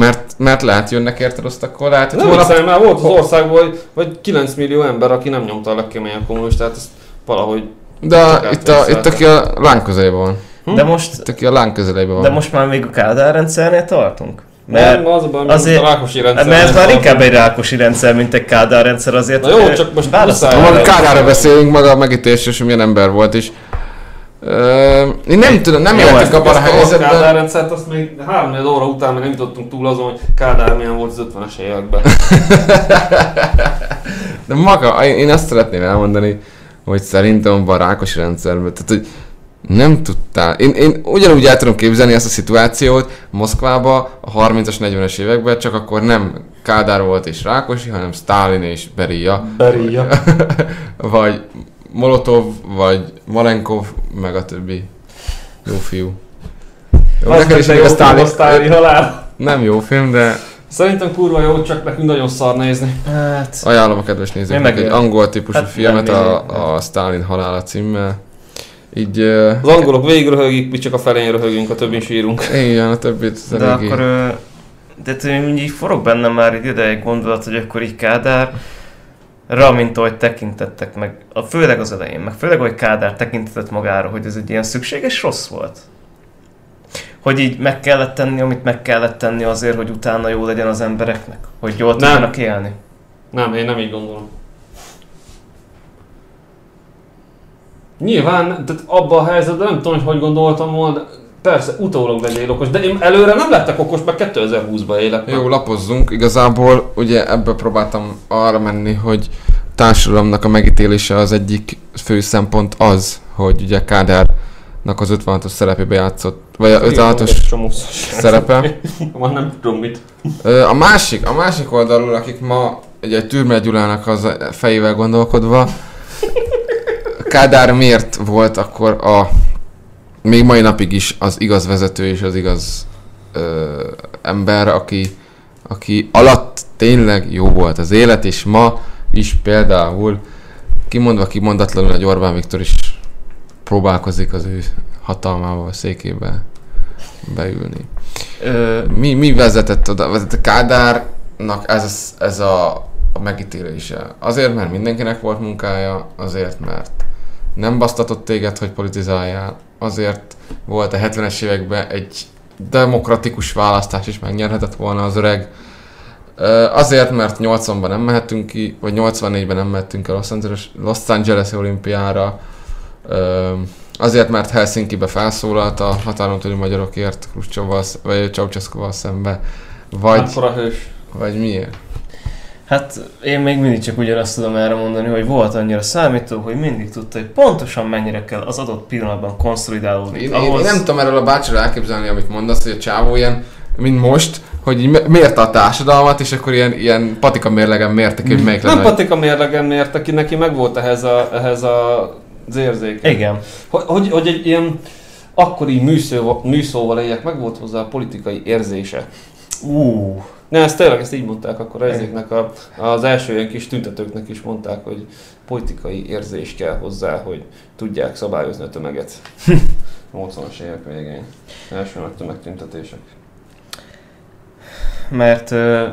mert lehet jönnek érted azt akkor lehet. Nem hiszem, már volt az országban, hogy, hogy kilenc millió ember, aki nem nyomta a legkeményebb kommunistát, ezt valahogy... De itt, a, itt aki a láng közelében van. Hm? De most... Itt aki a láng közelében van. De most már még a Kádár rendszernél tartunk? Mert nem, az a baj, azért, a Rákosi rendszer. mert ez már inkább egy Rákosi rendszer, mint egy Kádár rendszer azért. Na jó, csak most választani. A Kádárra beszélünk, maga a megítélés, és milyen ember volt is. Uh, én nem tudom, nem éltek abban a helyzetben. A Kádár rendszert azt még három óra után még nem jutottunk túl azon, hogy Kádár milyen volt az ötvenes években. De maga, én azt szeretném elmondani, hogy szerintem abban a Rákosi rendszerben, tehát hogy nem tudtál. Én, én ugyanúgy el tudom képzelni ezt a szituációt Moszkvában a harmincas, negyvenes években, csak akkor nem Kádár volt és Rákosi, hanem Sztálin és Berija. Berija. Vagy Molotov, vagy Malenkov, meg a többi jó fiú. Jó, neked is még a Sztálin, Sztálin halál. Nem jó film, de... Szerintem kurva jó, csak nekünk nagyon szar nézni. Hát... Ajánlom a kedves nézőknek egy angol típusú hát filmet, a, a Sztálin halála címmel. Így... Uh, az angolok végig röhögik, mi csak a felén röhögünk, a többin sírunk. Igen, a többit de eléggé. Akkor... Uh, de így forog bennem már egy ideig gondolat, hogy akkor így Kádár... Ra, mint ahogy tekintettek meg, a, főleg az elején, meg főleg ahogy Kádár tekintetett magára, hogy ez egy ilyen szükséges rossz volt. Hogy így meg kellett tenni, amit meg kellett tenni azért, hogy utána jó legyen az embereknek? Hogy jól tudjanak élni? Nem, én nem így gondolom. Nyilván, tehát abban a helyzetben nem tudom, hogy hogy gondoltam volna, de persze, utólag legyél okos, de én előre nem lettek okos, mert kétezer-húszban élek. Jó, lapozzunk. Igazából ugye ebből próbáltam arra menni, hogy társadalomnak a megítélése az egyik fő szempont az, hogy ugye Kádárnak az ötvenhatos szerepébe játszott, vagy a ötvenhatos szerepe. Már nem tudom mit. A másik, a másik oldalról, akik ma ugye Türmer Gyulának az fejével gondolkodva, Kádár miért volt akkor a még mai napig is az igaz vezető és az igaz ö, ember, aki, aki alatt tényleg jó volt az élet, és ma is például kimondva kimondatlanul egy Orbán Viktor is próbálkozik az ő hatalmával, székébe beülni. Ö, mi, mi vezetett oda? Vezetett Kádárnak ez, ez a, a megítélése. Azért, mert mindenkinek volt munkája, azért, mert nem basztatott téged, hogy politizáljál, azért volt a hetvenes években egy demokratikus választás is, megnyerhetett volna az öreg. Azért, mert nyolcvanban nem mehetünk ki, vagy nyolcvannégyben nem mehetünk el Los Angeles, Los Angeles olimpiára. Azért, mert Helsinkibe felszólalt a határon túli magyarokért Kruscsovval, vagy Ceausescuval szembe. Vagy, vagy miért? Hát én még mindig csak ugyanazt tudom erre mondani, hogy volt annyira számító, hogy mindig tudta, hogy pontosan mennyire kell az adott pillanatban konszolidálódni. Én, ahhoz... én nem tudom erről a bácsira elképzelni, amit mondasz, hogy a csávó ilyen, mint most, hogy mérte a társadalmat, és akkor ilyen, ilyen patika mérlegen mérte ki, hogy melyik lenne. Nem patika mérlegen mérte ki, neki meg volt ehhez, a, ehhez a, az érzéke. Igen. Hogy, hogy, hogy egy ilyen akkori műszó, műszóval éljek, meg volt hozzá a politikai érzése. Uh. Ne, ezt tényleg, ezt így mondták akkor ezeknek a, az első ilyen kis tüntetőknek is mondták, hogy politikai érzés kell hozzá, hogy tudják szabályozni a tömeget. nyolcvanas évek végén. Első nagy tömegtüntetések. Mert... Uh,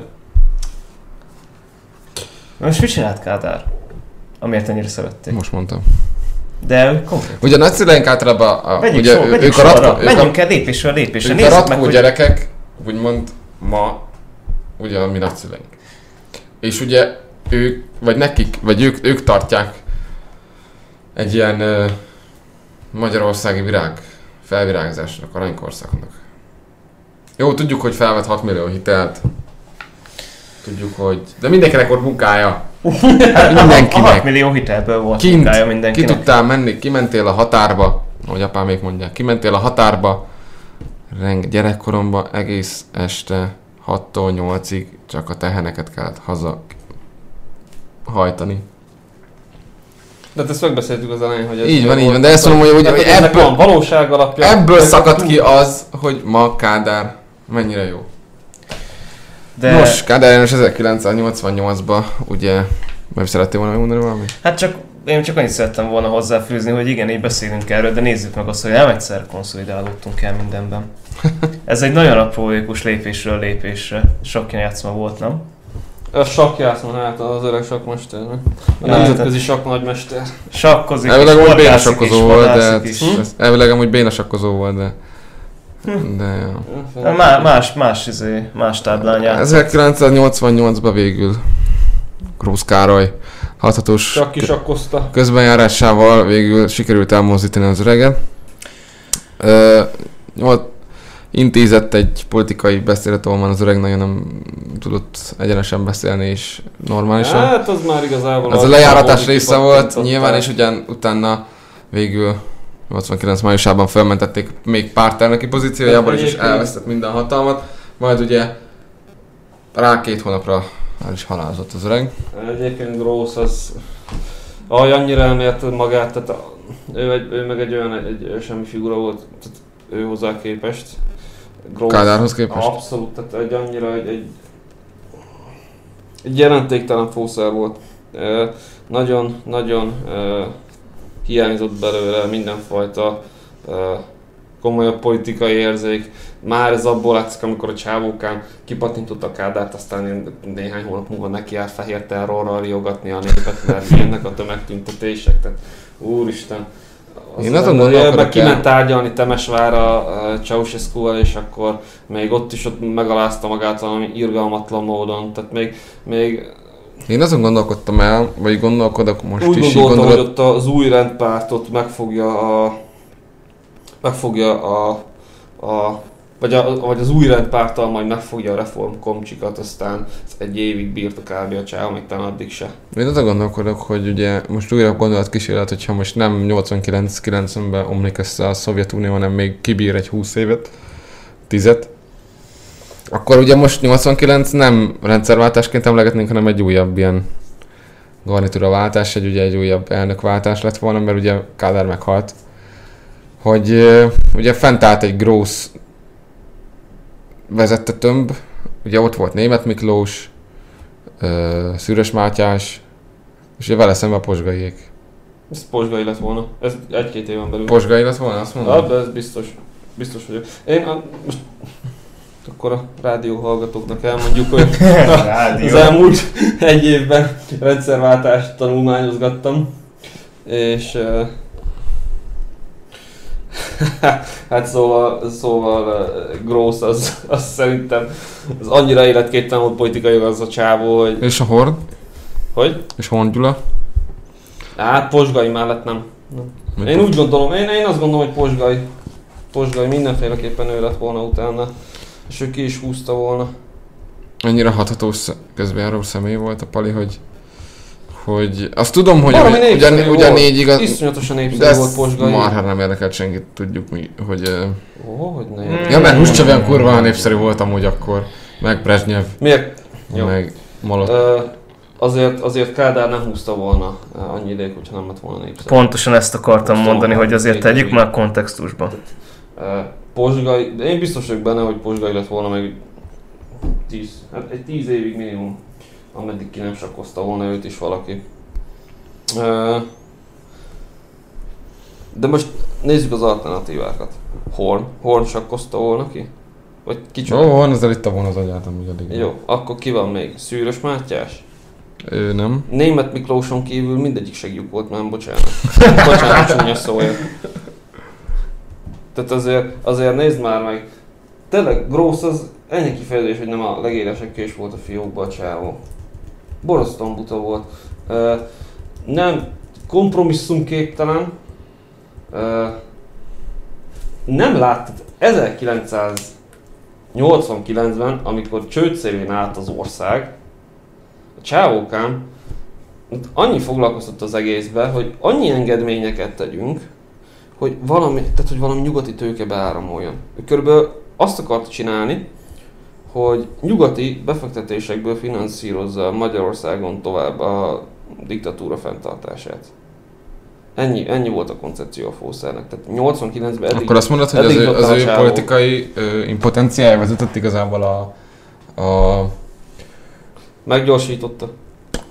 most mit csinált Kádár? Amiért ennyire szerették? Most mondtam. De konkrét. Ugye a nagyszüleink általában a, vegyük ugye, szó, ő, vegyük ők a ratkó, menjünk el lépésről lépésre. Ők a ratkó gyerekek, hogy... úgymond ma ugye a mi nagyszüleink. És ugye ők, vagy nekik, vagy ők, ők tartják egy ilyen uh, magyarországi virág felvirágzásnak, aranykorszaknak. Jó, tudjuk, hogy felvett hat millió hitelt. Tudjuk, hogy... De mindenkinek volt munkája. Hát mindenkinek. hat millió hitelből volt Kint, munkája mindenkinek. Ki tudtál menni, kimentél a határba, ahogy apámék mondják, kimentél a határba, reng, gyerekkoromban egész este hattól nyolcig csak a teheneket kellett haza hajtani. De ezt megbeszéltük az elején, hogy ez... Így van, így van, de ezt mondom, hogy, hogy, hogy ebből, van valóság alapja. Ebből szakadt ki az, hogy ma Kádár mennyire jó. De... Nos, Kádár János ezerkilencszáznyolcvannyolcban ugye... Meg szerettél volna megmondani valamit? Hát csak én csak annyit szerettem volna hozzáfűzni, hogy igen, így beszélünk erről, de nézzük meg azt, hogy nem egyszer konszolidálódtunk el mindenben. Ez egy nagyon aprólékos lépésről lépésre. Sok játszma volt, nem? A sakkjátszma, hát az öreg sakkmester, nem? A nemzetközi sakk nagymester. Sakkozik, elvileg amúgy béna sakkozó volt, de... Hm? Elvileg amúgy béna sakkozó volt, de... De... Ja. Má, más, más, izé, más táblán játszott. ezerkilencszáznyolcvannyolcban végül Grósz Károly hathatós Csak kisakkozta. közbenjárásával végül sikerült elmozdítani az öreget. Ö, nyolc, intézett egy politikai beszédet, ahol már az öreg nagyon nem tudott egyenesen beszélni és normálisan. Hát az már igazából... Az a lejáratás része volt nyilván, és ugyan utána végül nyolcvankilenc májusában felmentették még pártelnöki pozíciójában is, és elvesztett minden hatalmat. Majd ugye rá két hónapra el is halálozott az öreg. Egyébként Grósz az... Ahogy annyira elmérte magát, tehát a, ő, egy, ő meg egy olyan egy, egy semmi figura volt, tehát ő hozzá képest. Grósz, Kádárhoz képest? Abszolút, tehát egy annyira egy, egy, egy jelentéktelen fószer volt. E, nagyon, nagyon e, hiányzott belőle mindenfajta e, komolyabb politikai érzék. Már ez abból látszik, amikor a csávókán kipattintott a Kádárt, aztán néhány hónap múlva neki áll fehér terrorral riogatni a népet, mert jönnek a tömegtüntetések. Tehát úristen! Az Én azon gondolkodok el. Kiment tárgyalni Temesvárra uh, Ceausescu-val, és akkor még ott is ott megalázta magát valami irgalmatlan módon. Tehát még, még Én azon gondolkodtam el, vagy gondolkodok most úgy is. gondoltam, gondolod... hogy ott az új rendpártot megfogja a... megfogja a... a vagy, a, vagy az új rendpárttal majd megfogja a reformkomcsikat, aztán egy évig bírta kb. A csáv, még talán addig se. Én azon gondolkodok, hogy ugye most újra gondolatkísérlet, hogyha most nem nyolcvankilenc kilencvenben omlik össze a Szovjetunió, hanem még kibír egy húsz évet, tízet, akkor ugye most nyolcvankilenc nem rendszerváltásként emlegetnénk, hanem egy újabb ilyen garnitúraváltás, egy ugye egy újabb elnökváltás lett volna, mert ugye Kádár meghalt. Hogy ugye fent állt egy Grósz vezette tömb, ugye ott volt Németh Miklós, Szűrös Mátyás, és ugye vele szemben Pozsgaiék. Ez Pozsgai lett volna, ez egy-két éven belül. Pozsgai lett volna, azt mondom? Ah, de ez biztos, biztos vagyok. Én a, most akkor a rádió hallgatóknak elmondjuk, hogy az elmúlt egy évben rendszerváltást tanulmányozgattam, és hát szóval, szóval Grósz az, az szerintem az annyira életképtelen volt politikai az a csávó, hogy... És a Horn? Hogy? És Horn Gyula? Hát Pozsgai mellett nem. nem. Én úgy gondolom, én, én azt gondolom, hogy Pozsgai, Pozsgai mindenféleképpen ő lett volna utána, és ő ki is húzta volna. Annyira hathatós közbejáró személy volt a Pali, hogy hogy azt tudom, hogy ugyan, ugyan négy igaz... Iszonyatosan népszerű volt Pozsgai. Marha nem érdekelt senkit, tudjuk mi, hogy... Ó, hogy ne mm. Ja, mert Hruszcsov kurva népszerű volt amúgy akkor, meg Brezsnyev, miért? meg Molot. Uh, azért, azért Kádár nem húzta volna annyi ideig, hogyha nem lett volna népszerű. Pontosan ezt akartam Most mondani, hogy azért tegyük már kontextusba. Uh, Pozsgai, de én biztos vagyok benne, hogy Pozsgai lett volna meg tíz, hát egy tíz évig minimum, ameddig ki nem sakkozta volna őt is valaki. Uh, de most nézzük az alternatívákat. Horn. Horn sakkozta volna ki? Vagy ki csak? Ó, Horn ezzel itta volna az agyát, amíg addig. Jó, akkor ki van még? Szűrös Mátyás? Ő nem. Németh Miklóson kívül mindegyik segjuk volt, már bocsánat. Bocsánat, csúnya szója. Tehát azért, azért nézd már meg. Tényleg Grósz az ennyi kifejezés, hogy nem a legélesebb kés volt a fiókban a csávó. Borosztóan buta volt. Uh, nem kompromisszumképtelen. Uh, nem láttad ezerkilencszáznyolcvankilencben, amikor csődszélén állt az ország, a csávókám annyi foglalkoztott az egészben, hogy annyi engedményeket tegyünk, hogy valami, tehát, hogy valami nyugati tőke beáramoljon. Ő körülbelül azt akarta csinálni, hogy nyugati befektetésekből finanszírozza Magyarországon tovább a diktatúra fenntartását. Ennyi, ennyi volt a koncepció a fószernek. Tehát nyolcvankilencben eddig... Akkor azt mondod, hogy az ő, az ő politikai ö, impotenciája vezetett igazából a... a... Meggyorsította.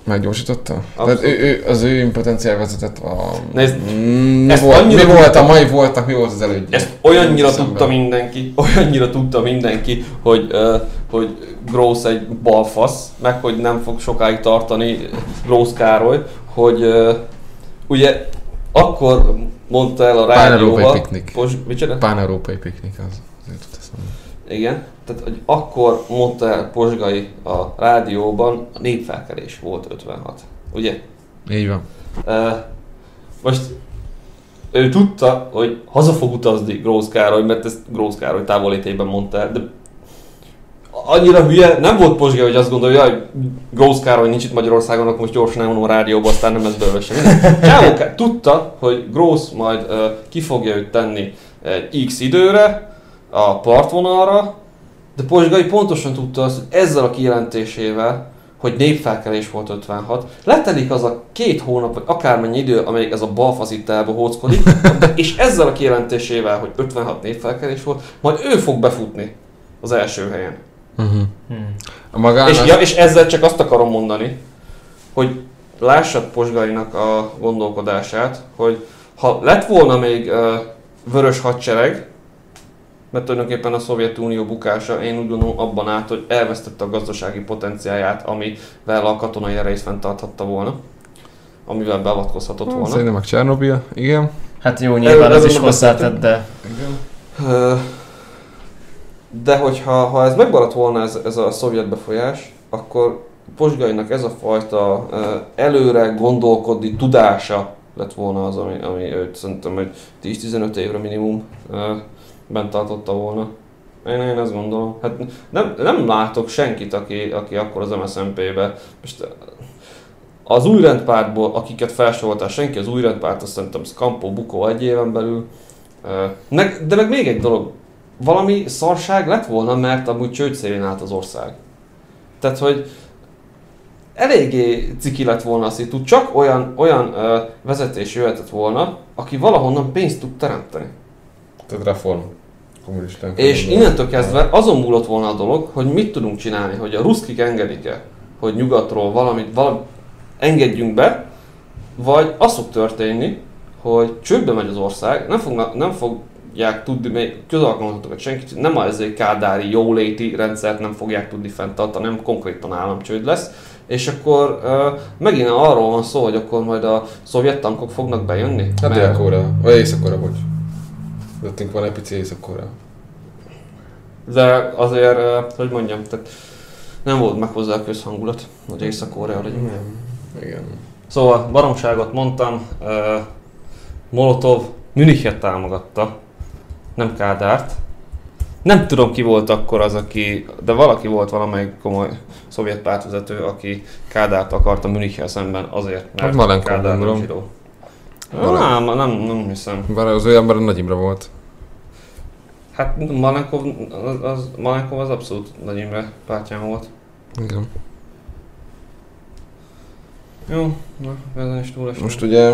Meggyorsította? Tehát ő, ő, az ő impotenciál vezetett a... Nézd, mi, volt, mi volt a mai voltak, mi volt az elődje? Ezt olyannyira tudta mindenki, olyannyira tudta mindenki, hogy, uh, hogy Gross egy balfasz, meg hogy nem fog sokáig tartani Gross Károly, hogy uh, ugye akkor mondta el a rádióban... Pán-európai piknik. Micsoda? Pán-európai piknik az. Azért teszem. Igen, tehát hogy akkor mondta el Pozsgai a rádióban, a népfelkelés volt ötvenhat, ugye? Így van. Uh, most ő tudta, hogy haza fog utazni Gross Károly, mert ezt Gross Károly távollétében mondta el, de annyira hülye nem volt Pozsgai, hogy azt gondolja, hogy Gross Károly nincs itt Magyarországon, akkor most gyorsan elmondom a rádióba, aztán nem lesz belőle semmi. Tudta, hogy Gross majd uh, ki fogja őt tenni egy X időre, a partvonalra, de Pozsgai pontosan tudta azt, hogy ezzel a kijelentésével, hogy népfelkelés volt ötvenhat, letelik az a két hónap, vagy akármennyi idő, amelyik ez a balfasz itt elbohóckodik, és ezzel a kijelentésével, hogy ötvenhat népfelkelés volt, majd ő fog befutni az első helyen. Uh-huh. Hmm. A magának... és, ja, és ezzel csak azt akarom mondani, hogy lássad Pozsgainak a gondolkodását, hogy ha lett volna még uh, vörös hadsereg, mert tulajdonképpen a Szovjetunió bukása, én úgy gondolom abban állt, hogy elvesztette a gazdasági potenciáját, amivel a katonai erejét fenntarthatta volna, amivel beavatkozhatott volna. Szerintem meg Csernobil, igen. Hát jó, nyilván ez, ez is hozzátett, de... Igen. De hogyha ha ez megmaradt volna ez, ez a szovjet befolyás, akkor Pozsgainak ez a fajta előre gondolkodni tudása lett volna az, ami, ami őt szerintem hogy tíz-tizenöt évre minimum bent tartotta volna. Én, én ezt gondolom. Hát nem, nem látok senkit, aki, aki akkor az em es zé en pé-be. Most az új rendpártból, akiket felsoroltál, senki az új rendpárt, azt szerintem Campó, Bukó egy éven belül. De meg még egy dolog, valami szarság lett volna, mert amúgy csődszélén állt az ország. Tehát, hogy eléggé ciki lett volna azt, hogy tud, csak olyan, olyan ö, vezetés jöhetett volna, aki valahonnan pénzt tud teremteni. Tehát reform. Kommunistán. És innentől kezdve azon múlott volna a dolog, hogy mit tudunk csinálni, hogy a ruszkik engedik-e, hogy nyugatról valamit, valamit engedjünk be, vagy az fog történni, hogy csődbe megy az ország, nem, fognak, nem fogják tudni, még közalkalmazottakat senkit, nem a ezért kádári jóléti rendszert nem fogják tudni fenntartani, nem konkrétan államcsőd lesz, és akkor uh, megint arról van szó, hogy akkor majd a szovjet tankok fognak bejönni. Hát Dél-Korea, vagy Észak-Korea, bocs. Öttünk van egy pici Észak-Korea. De azért, uh, hogy mondjam, tehát nem volt meg hozzá a közhangulat, hogy Észak-Korea legyen. Nem. Igen. Szóval baromságot mondtam, uh, Molotov Münichet támogatta, nem Kádárt. Nem tudom ki volt akkor az, aki, de valaki volt valamelyik komoly szovjet pártvezető, aki Kádárt akarta Münichel szemben azért, mert hát Kádár nem zsidó. Nem, nem, nem hiszem. Bár az olyan, bár a Nagy Imre volt. Hát Malenkov az, az, Malenkov az abszolút Nagy Imre pártján volt. Igen. Jó, na, ezen is túl esünk. Most ugye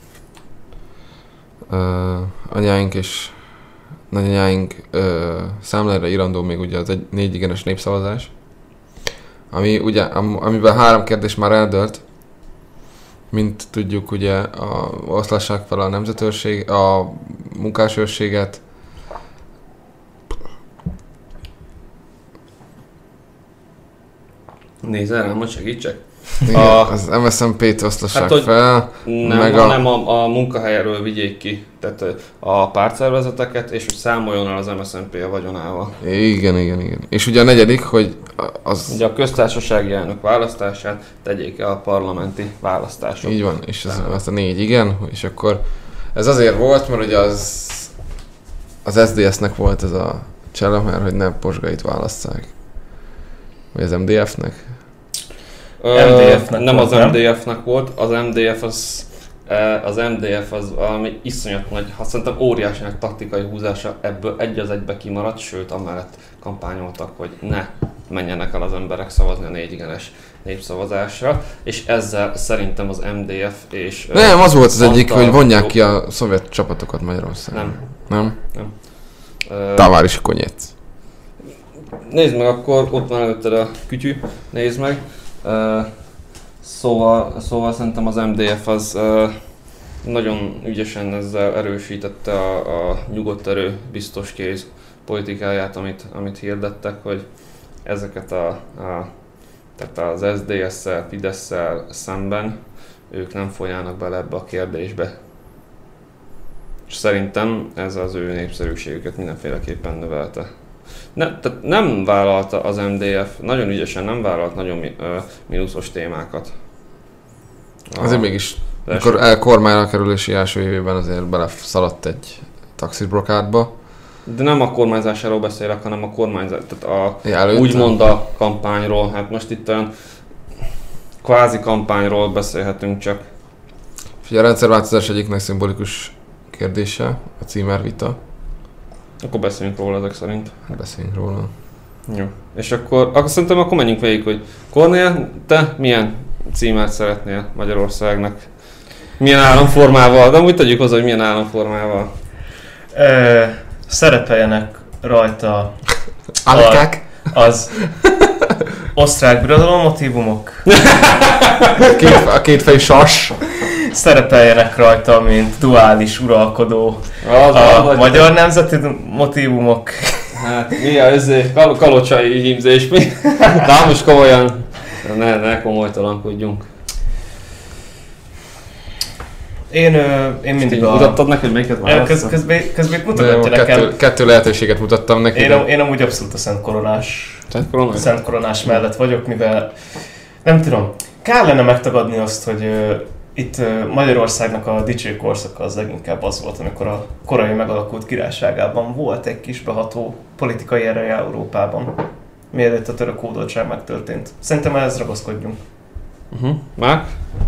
uh, anyáink és nagyanyáink uh, számlára írandó még ugye az egy négy igenes népszavazás, ami ugye, am, amiben három kérdés már eldőlt, mint tudjuk ugye a, oszlassák fel a nemzetőrség, a munkásőrséget, Nézzel rám, hogy segítsek? igen, a, az em es zé en pét oszlassák hát, fel, nem, meg a... a... nem a, a munkahelyről vigyék ki, tehát a pártszervezeteket, és hogy számoljon el az em es zé en pé a vagyonával. Igen, igen, igen. És ugye a negyedik, hogy az... Ugye a köztársasági elnök választását tegyék el a parlamenti választások. Így van, és ez, az a négy igen, és akkor ez azért volt, mert ugye az az es zé dé es-nek volt ez a csellemer, hogy nem Pozsgait válasszák. Vagy az em dé ef-nek? em dé ef-nek nem volt, az em dé ef-nek volt, az em dé ef az, az em dé ef az valami iszonyat nagy, hát szerintem óriási nagy taktikai húzása, ebből egy az egybe kimaradt, sőt amellett kampányoltak, hogy ne menjenek el az emberek szavazni a négy igenes népszavazásra, és ezzel szerintem az em dé ef és... Nem, az volt az egyik, hogy vonják ki a szovjet csapatokat Magyarországon. Nem. Nem? Nem. Taváris Konyec. Nézd meg akkor, ott van előtted a kütyű, nézd meg. Uh, Szóval, szóval szerintem az em dé ef az uh, nagyon ügyesen ezzel erősítette a, a nyugodt erő biztos kéz politikáját, amit, amit hirdettek, hogy ezeket a, a tehát az es zé dé es-szel, Fidesz-szel szemben ők nem folynának bele ebbe a kérdésbe. És szerintem ez az ő népszerűségüket mindenféleképpen növelte. Ne, tehát nem vállalta az em dé ef, nagyon ügyesen nem vállalt nagyon mi, ö, mínuszos témákat. A, azért mégis, amikor elkormányra kerülési első évében azért beleszaladt egy taxisbrokádba. De nem a kormányzásáról beszélek, hanem a kormányzás, tehát a, Ja, úgymond a kampányról. Hát most itt olyan kvázi kampányról beszélhetünk csak. Ugye a rendszerváltozás egyiknek szimbolikus kérdése, a címervita. Akkor beszéljünk róla ezek szerint. Beszéljünk róla. Jó. És akkor, akkor szerintem akkor menjünk végig, hogy Kornél, te milyen címert szeretnél Magyarországnak? Milyen államformával? De amúgy tegyük hozzá, hogy milyen államformával. Ö, szerepeljenek rajta Alkák? az osztrák birodalom motívumok. Két, a kétfejű sas. Szerepeljenek rajta, mint duális uralkodó Az, a az, magyar nemzeti motívumok. Hát mi a ezé, kal- kalocsai hímzés mi? De most komolyan, ne, ne komolytalankodjunk. Én, ö, én mindig a... Mutattad neki, hogy melyiket Köz, választod? közben, közben De mutogatja nekem. kettő, kettő lehetőséget mutattam neki. Én, de... a, én amúgy abszolút a Szent Koronás, Tehát koronai? Szent Koronás mellett vagyok, mivel nem tudom, kellene megtagadni azt, hogy ö, itt ö, Magyarországnak a dicső korszaka az leginkább az volt, amikor a korai megalakult királyságában volt egy kis beható politikai ereje Európában, mielőtt a török hódoltság megtörtént. Szerintem ehhez ragaszkodjunk. Uh-huh. Márk?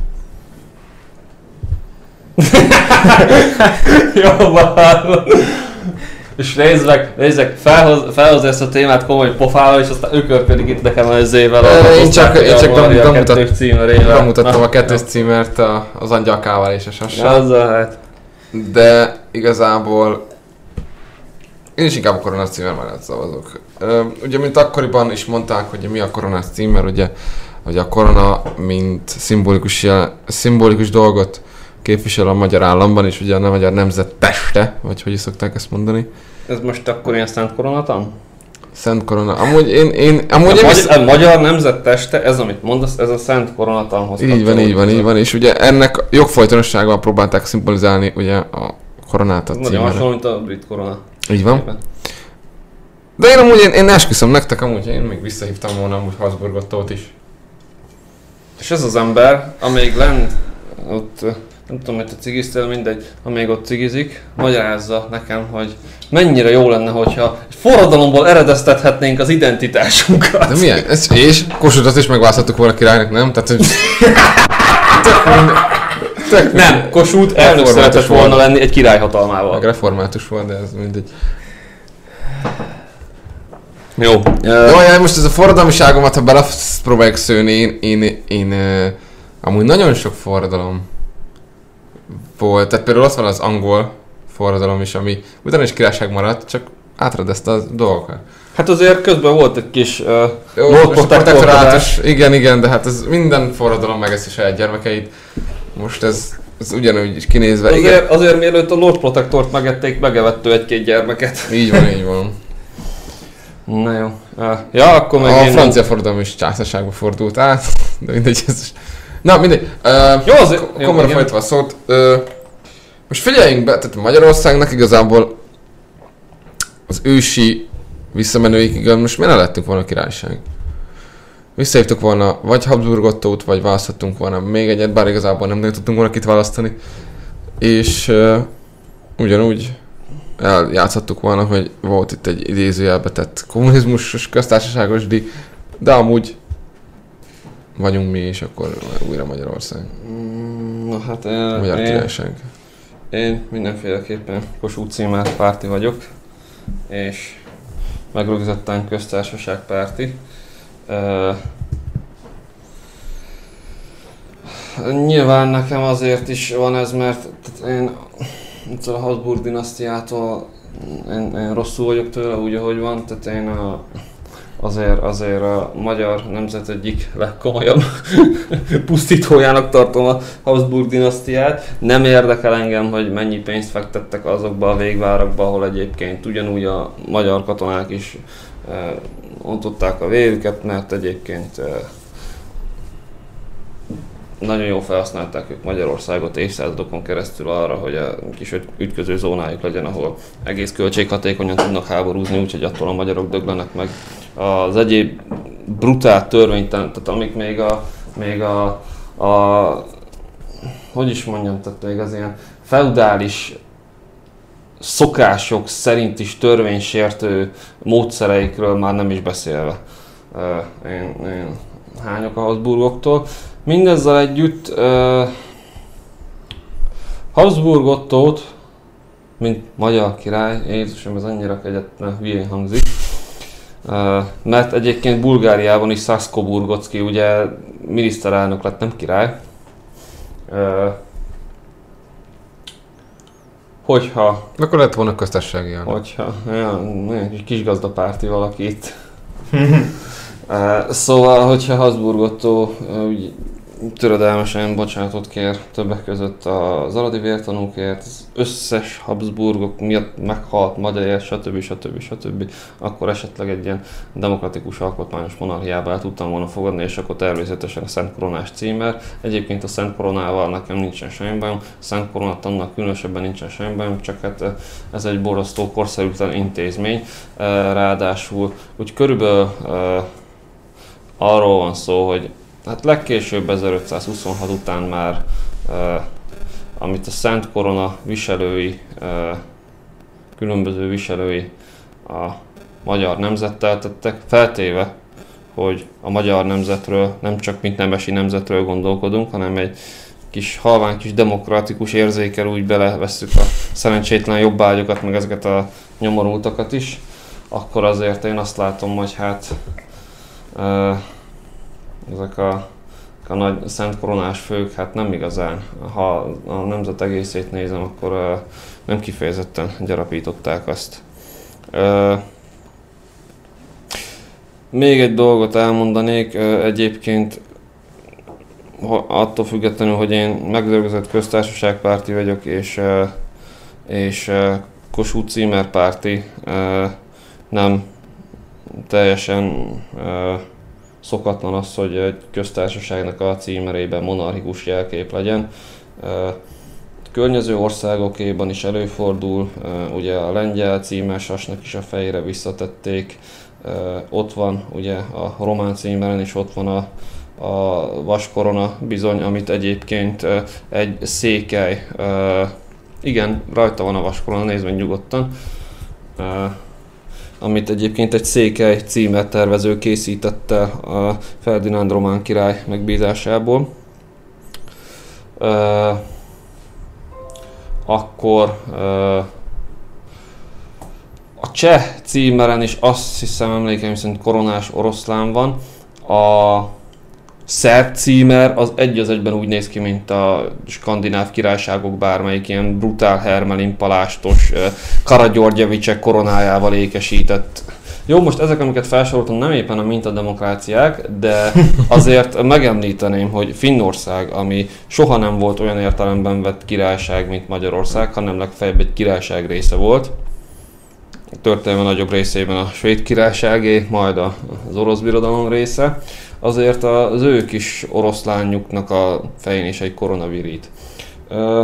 Jó van. És nézd meg, nézd meg, felhoz, felhoz ezt a témát komoly pofával, és aztán ökörködik itt nekem az évvel. E, én csak, én csak bemutat, bemutattam a kettős címert a, az angyalkával és a sassal. Azzal hát. De igazából én is inkább a koronás címer mellett szavazok. Ö, ugye, mint akkoriban is mondták, hogy mi a koronás címer, ugye, hogy a korona mint szimbolikus, jel, szimbolikus dolgot képvisel a magyar államban, és ugye a magyar nemzet teste, vagy hogy is szokták ezt mondani. Ez most akkor ilyen Szent Koronatan? Szent Korona. Amúgy én... én amúgy a, én magy- visz... a magyar nemzet teste, ez amit mondasz, ez a Szent Koronatanhoz. Így van, így van, így van, és ugye ennek jogfolytonossággal próbálták szimbolizálni ugye a koronát a nagyon címere. hasonló, mint a brit korona. Így van. De én amúgy, én, én esküszöm nektek, amúgy én még visszahívtam volna amúgy Habsburg-Ottót is. És ez az ember, amíg lent, ott, nem tudom, hogy te cigiztél, mindegy, amíg ott cigizik, magyarázza nekem, hogy mennyire jó lenne, hogyha egy forradalomból eredeztethetnénk az identitásunkat. De milyen? Ez, és Kossuthot is megválasztottuk volna királynak, nem? Tehát, hogy... tök minden, tök Nem, Kossuth elnök szeretett volna lenni egy király hatalmával. Meg református volt, de ez mindegy. Jó. Uh, Jó, jaj, most ez a forradalmiságomat, ha bele próbáljuk szőni, én, én, én, én uh, amúgy nagyon sok forradalom volt. Tehát például ott van az angol forradalom is, ami utána is királyság maradt, csak átradezte a dolgokat. hát azért közben volt egy kis uh, Jó, Lord most a Protector protektorátus, igen, igen, de hát ez minden forradalom megeszi saját gyermekeit. Most ez, ez ugyanúgy is kinézve, igen. Azért, azért mielőtt a Lord Protectort megették, megevettő egy-két gyermeket. Így van, így van. Na jó. Uh, ja, akkor meg A én... francia forradalom is császárságba fordult át, de mindegy, ez is... Na, mindegy. Uh, Jó, azért... Ko- Komolyan folytva a szót. Uh, most figyeljünk be, tehát Magyarországnak igazából az ősi visszamenőikig, most miért ne lettünk volna királyság? Visszahívtuk volna vagy Habsburg-Ottót, vagy választottunk volna még egyet, bár igazából nem nagyon tudtunk volna kit választani. És uh, ugyanúgy eljátszhattuk volna, hogy volt itt egy idézőjelbe tett kommunizmusos, köztársaságos díj, de amúgy vagyunk mi, és akkor újra Magyarország. Mm, na hát A Magyar én, Királyság. én mindenféleképpen Kossuth címert párti vagyok, és megrögzötten köztársaságpárti. Uh, nyilván nekem azért is van ez, mert tehát én a Habsburg dinasztiától én, én rosszul vagyok tőle, úgy ahogy van, tehát én a, azért, azért a magyar nemzet egyik legkomolyabb pusztítójának tartom a Habsburg dinasztiát. Nem érdekel engem, hogy mennyi pénzt fektettek azokba a végvárakba, ahol egyébként ugyanúgy a magyar katonák is eh, ontották a vérüket, mert egyébként eh, nagyon jól felhasználták ők Magyarországot évszázadokon keresztül arra, hogy a kis ütköző zónájuk legyen, ahol egész költséghatékonyan tudnak háborúzni, úgyhogy attól a magyarok döglenek meg. Az egyéb brutál törvénytelen, tehát amik még a, még a, a hogy is mondjam, tehát még az ilyen feudális szokások szerint is törvénysértő módszereikről már nem is beszélve. Én, én hányok a Habsburgoktól. Mindezzel együtt uh, Habsburg Ottót, mint magyar király, Jézusom, ez annyira kegyetlen, hülyén hangzik, uh, mert egyébként Bulgáriában is Szakszko-Burgocki ugye miniszterelnök lett, nem király. Uh, hogyha... Akkor lett volna köztársasági elnök. Hogyha, ja, egy kisgazdapárti valaki itt. Uh, szóval, hogyha Habsburg Ottó uh, töredelmesen bocsánatot kér többek között az aradi vértanúkért, az összes Habsburgok miatt meghalt magyarért, stb. stb. stb. Akkor esetleg egy ilyen demokratikus alkotmányos monarchiába el tudtam volna fogadni, és akkor természetesen a Szent Koronás címer. Egyébként a Szent Koronával nekem nincsen semmi bajom, a Szent Koronát annak különösebben nincsen semmi bajom, csak hát ez egy borzasztó korszerűtlen intézmény, ráadásul úgy körülbelül arról van szó, hogy hát legkésőbb ezerötszázhuszonhat után már, eh, amit a Szent Korona viselői, eh, különböző viselői a magyar nemzettel tettek, feltéve, hogy a magyar nemzetről nem csak mint nemesi nemzetről gondolkodunk, hanem egy kis halvány, kis demokratikus érzékel úgy belevesszük a szerencsétlen jobbágyokat, meg ezeket a nyomorultakat is, akkor azért én azt látom, hogy hát eh, ezek a, a nagy szent koronás fők, hát nem igazán. Ha a nemzet egészét nézem, akkor uh, nem kifejezetten gyarapították azt. Uh, még egy dolgot elmondanék, uh, egyébként ha, attól függetlenül, hogy én megdörgözött köztársaságpárti vagyok, és, uh, és uh, Kossuth Címer párti, uh, nem teljesen uh, szokatlan az, hogy egy köztársaságnak a címerében monarchikus jelkép legyen. Környező országokéban is előfordul, ugye a lengyel címersasnak is a fejére visszatették, ott van ugye a román címeren is ott van a, a vaskorona bizony, amit egyébként egy székely, igen, rajta van a vaskorona, nézd meg nyugodtan, amit egyébként egy székely címertervező készítette a Ferdinánd román király megbízásából. Uh, akkor uh, a cseh címeren is azt hiszem, emlékeim szerint koronás oroszlán van. A szerb címer az egy az egyben úgy néz ki, mint a skandináv királyságok bármelyik ilyen brutál Hermelin palástos, Karagyorgyevicsek koronájával ékesített. Jó, most ezek, amiket felsoroltam, nem éppen a mintademokráciák, de azért megemlíteném, hogy Finnország, ami soha nem volt olyan értelemben vett királyság, mint Magyarország, hanem legfeljebb egy királyság része volt. A történelme nagyobb részében a svéd királyságé, majd az orosz birodalom része. Azért az ő kis oroszlánjuknak a fején is egy koronavirít. Uh,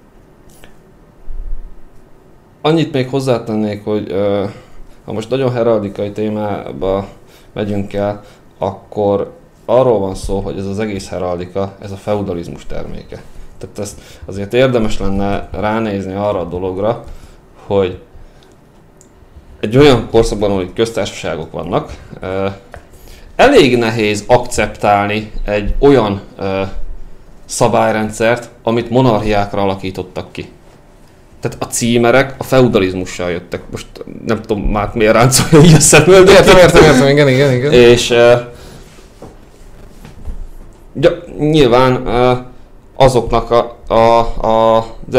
annyit még hozzátennék, hogy uh, ha most nagyon heraldikai témába megyünk el, akkor arról van szó, hogy ez az egész heraldika, ez a feudalizmus terméke. Tehát ezt azért érdemes lenne ránézni arra a dologra, hogy egy olyan korszakban, ahol köztársaságok vannak, uh, elég nehéz akceptálni egy olyan ö, szabályrendszert, amit monarchiákra alakítottak ki. Tehát a címerek a feudalizmussal jöttek. Most nem tudom már miért ráncolja így a szemöldöt. Értem, értem, értem, igen, igen, igen. És ö, ja, nyilván ö, azoknak a, a, a, az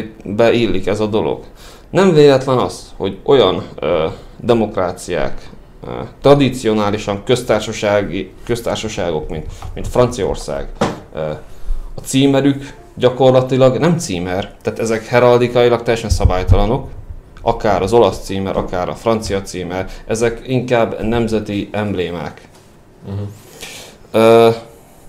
eszközrendszerébe illik ez a dolog. Nem véletlen az, hogy olyan ö, demokráciák tradicionálisan köztársasági, köztársaságok, mint, mint Franciaország, a címerük gyakorlatilag nem címer, tehát ezek heraldikailag teljesen szabálytalanok, akár az olasz címer, akár a francia címer, ezek inkább nemzeti emblémák. Uh-huh. Uh,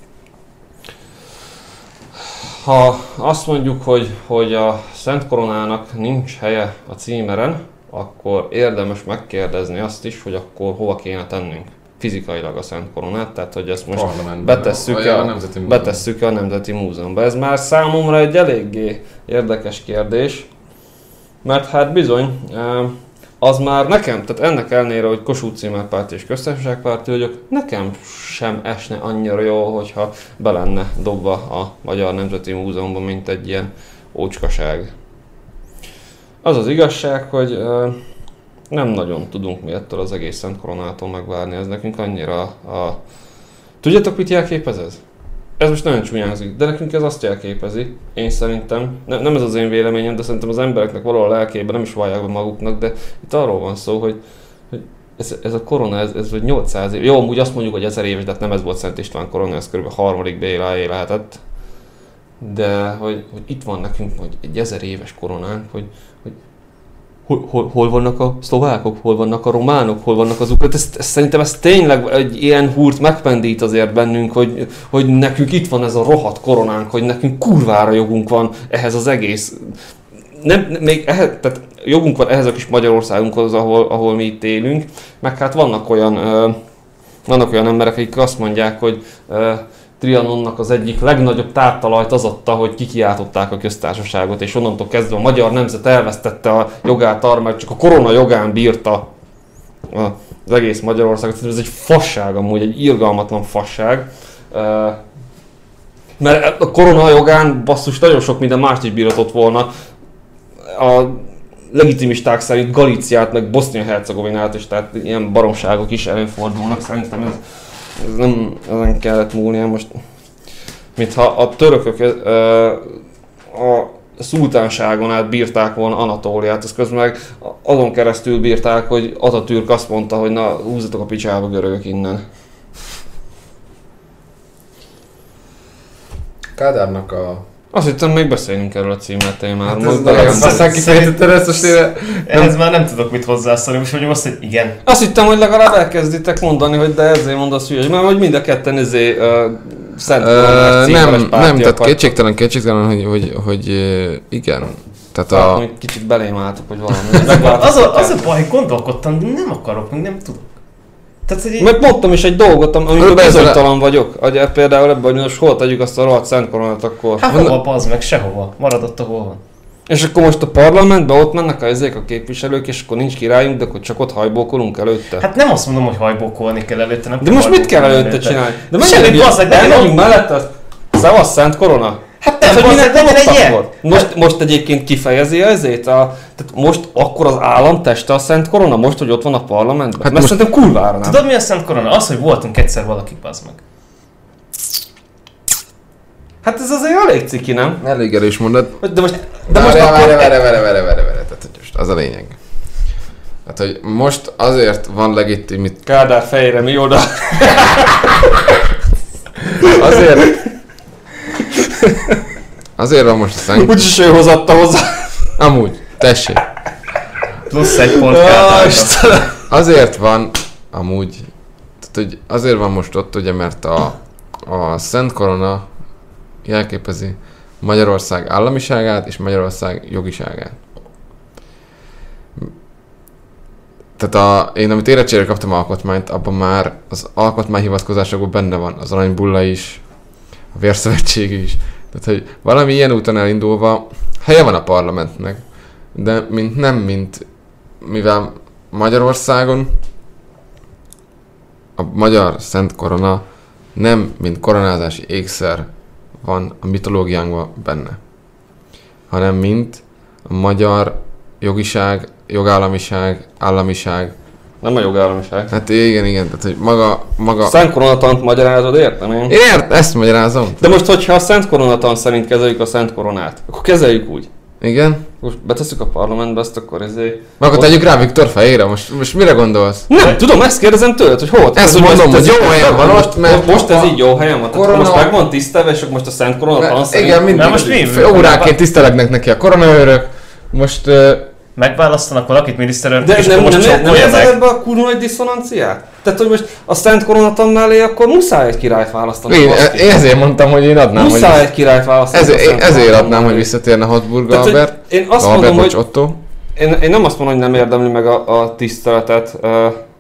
ha azt mondjuk, hogy, hogy a Szent Koronának nincs helye a címeren, akkor érdemes megkérdezni azt is, hogy akkor hova kéne tennünk fizikailag a Szent Koronát, tehát hogy ezt most betesszük a, a, betesszük a Nemzeti Múzeumba. Ez már számomra egy eléggé érdekes kérdés, mert hát bizony, az már nekem, tehát ennek ellenére, hogy Kossuth címerpárti és köztársaságpárti vagyok, nekem sem esne annyira jó, hogyha be lenne dobva a Magyar Nemzeti Múzeumban, mint egy ilyen ócskaság. Az az igazság, hogy nem nagyon tudunk mi ettől az egész Szent Koronától megvárni, ez nekünk annyira a... Tudjátok, mit jelképez ez? Ez most nagyon csúnyán hangzik, de nekünk ez azt jelképezi, én szerintem, ne, nem ez az én véleményem, de szerintem az embereknek valahol a lelkében nem is vallják be maguknak, de itt arról van szó, hogy, hogy ez, ez a korona, ez, ez vagy nyolcszáz év, jó, amúgy azt mondjuk, hogy ezer éves, de hát nem ez volt Szent István korona, ez kb. harmadik Béláé lehetett, de hogy, hogy itt van nekünk hogy egy ezer éves koronánk, hogy, hogy Hol, hol, hol vannak a szlovákok, hol vannak a románok, hol vannak az ukránok. Ez, ez, szerintem ez tényleg egy ilyen húrt megpendít azért bennünk, hogy, hogy nekünk itt van ez a rohadt koronánk, hogy nekünk kurvára jogunk van ehhez az egész. Nem, még ehhez, tehát jogunk van ehhez a kis Magyarországunkhoz, ahol, ahol mi itt élünk, meg hát vannak olyan, uh, vannak olyan emberek, akik azt mondják, hogy uh, Trianonnak az egyik legnagyobb tártalajt az adta, hogy kikiáltották a köztársaságot, és onnantól kezdve a magyar nemzet elvesztette a jogát arra, mert csak a korona jogán bírta az egész Magyarországot. Ez egy fasság amúgy, egy irgalmatlan fasság. Mert a korona jogán basszus nagyon sok minden mást is bírhatott volna. A legitimisták szerint Galíciát, meg Bosznia-Hercegovinát is, tehát ilyen baromságok is előfordulnak. Szerintem ez Ez nem ezen kellett múlnia most, mintha a törökök a szultánságon át bírták volna Anatóliát, ez közben meg azon keresztül bírták, hogy Atatürk azt mondta, hogy na húzzatok a picsába görögök innen. Kádárnak a... Azt hittem, még beszélünk erről a címer témáról. Hát ez aztán kifejtetted ezt most ére... Ehhez már nem tudok mit hozzászólni, most mondjuk azt, hogy igen. Azt hittem, hogy legalább elkezditek mondani, hogy de ezért mondasz hülye, mert hogy mind a ketten ezért uh, Szent Koronás címeres Nem, nem, tehát kétségtelen, kétségtelen, hogy, hogy, hogy uh, igen. Tehát a... a... Kicsit belém álltok, hogy valami. az, a, az a baj, gondolkodtam, de nem akarok, még nem tudok. Tehát, hogy mert mondtam is egy dolgot, amikor bizonytalan vagyok. Hogy például ebben, hogy most hol tegyük azt a rohadt Szent Koronát akkor. Hát hova bazd meg, sehova. Maradott, ahol van. És akkor most a parlamentben ott mennek a ezek a képviselők, és akkor nincs királyunk, de akkor csak ott hajbókolunk előtte. Hát nem azt mondom, hogy hajbókolni kell előtte, nem. De most mit kell előtte csinálni? De menjünk, bazd meg, elmegyünk mellette, szavasz Szent Korona. Hát nem, hogy minek legyen egy ilyen? Most, most egyébként kifejezi ezért a... Tehát most akkor az állam teste a Szent Korona? Most, hogy ott van a parlamentben? Hát mert most... szerintem kurvára nem. Tudod mi a Szent Korona? Az, hogy voltunk egyszer valakik, bazd meg. Hát ez azért elég ciki, nem? Elég erős mondat. De most... De most várj, várj, várj, várj, várj, várj, várj, tehát most az a lényeg. Hát, hogy most azért van legitimit... Kádár fejére mi oda? Azért... Azért van most a Szent... Úgyis ő hozatta hozzá. Amúgy, tessék. Plusz egy pont Kádár. Azért van, amúgy, tehát, hogy azért van most ott, ugye, mert a, a Szent Korona jelképezi Magyarország államiságát és Magyarország jogiságát. Tehát a, én, amit érettségre kaptam alkotmányt, abban már az alkotmányhivatkozásokban benne van az aranybulla is, a vérszövetség is. Tehát, hogy valami ilyen úton elindulva helye van a parlamentnek, de mint nem, mint mivel Magyarországon a magyar Szent Korona nem mint koronázási ékszer van a mitológiánkban benne, hanem mint a magyar jogiság, jogállamiság, államiság. Nem a jogállamiság. Hát igen, igen, tehát hogy maga... maga... Szent Koronatant magyarázod, értem én? Ért, ezt magyarázom. De most, hogyha a Szent Koronatant szerint kezeljük a Szent Koronát, akkor kezeljük úgy. Igen. Most betesszük a parlamentbe ezt, akkor ezért... Akkor tegyük rá Viktor fejére, most, most mire gondolsz? Nem, tudom, ezt kérdezem tőled, hogy hol? Ezt mondom, hogy jó helyen van most, mert... Most ez így jó helyen van, tehát korona... most meg van tisztelve, és most a Szent Korona tanszerint... Igen, mindig most mi? óránként tisztelegnek neki a koronaőrök. Most... Uh... Megválasztanak valakit miniszterelnök, de és nem, most nem, nem csókolja érzed meg. ebbe a kurva nagy diszonanciát? Tehát, hogy most a Szent Koronatan mellé akkor muszáj egy királyt választani. Én, én ezért mondtam, hogy én adnám, muszáj hogy... egy királyt választani. Ezért, ezért adnám, hogy visszatérne Habsburg Tehát, Albert. Én azt Albert, mondom, bocs, hogy... Otto. Én, én nem azt mondom, hogy nem érdemli meg a, a tiszteletet uh,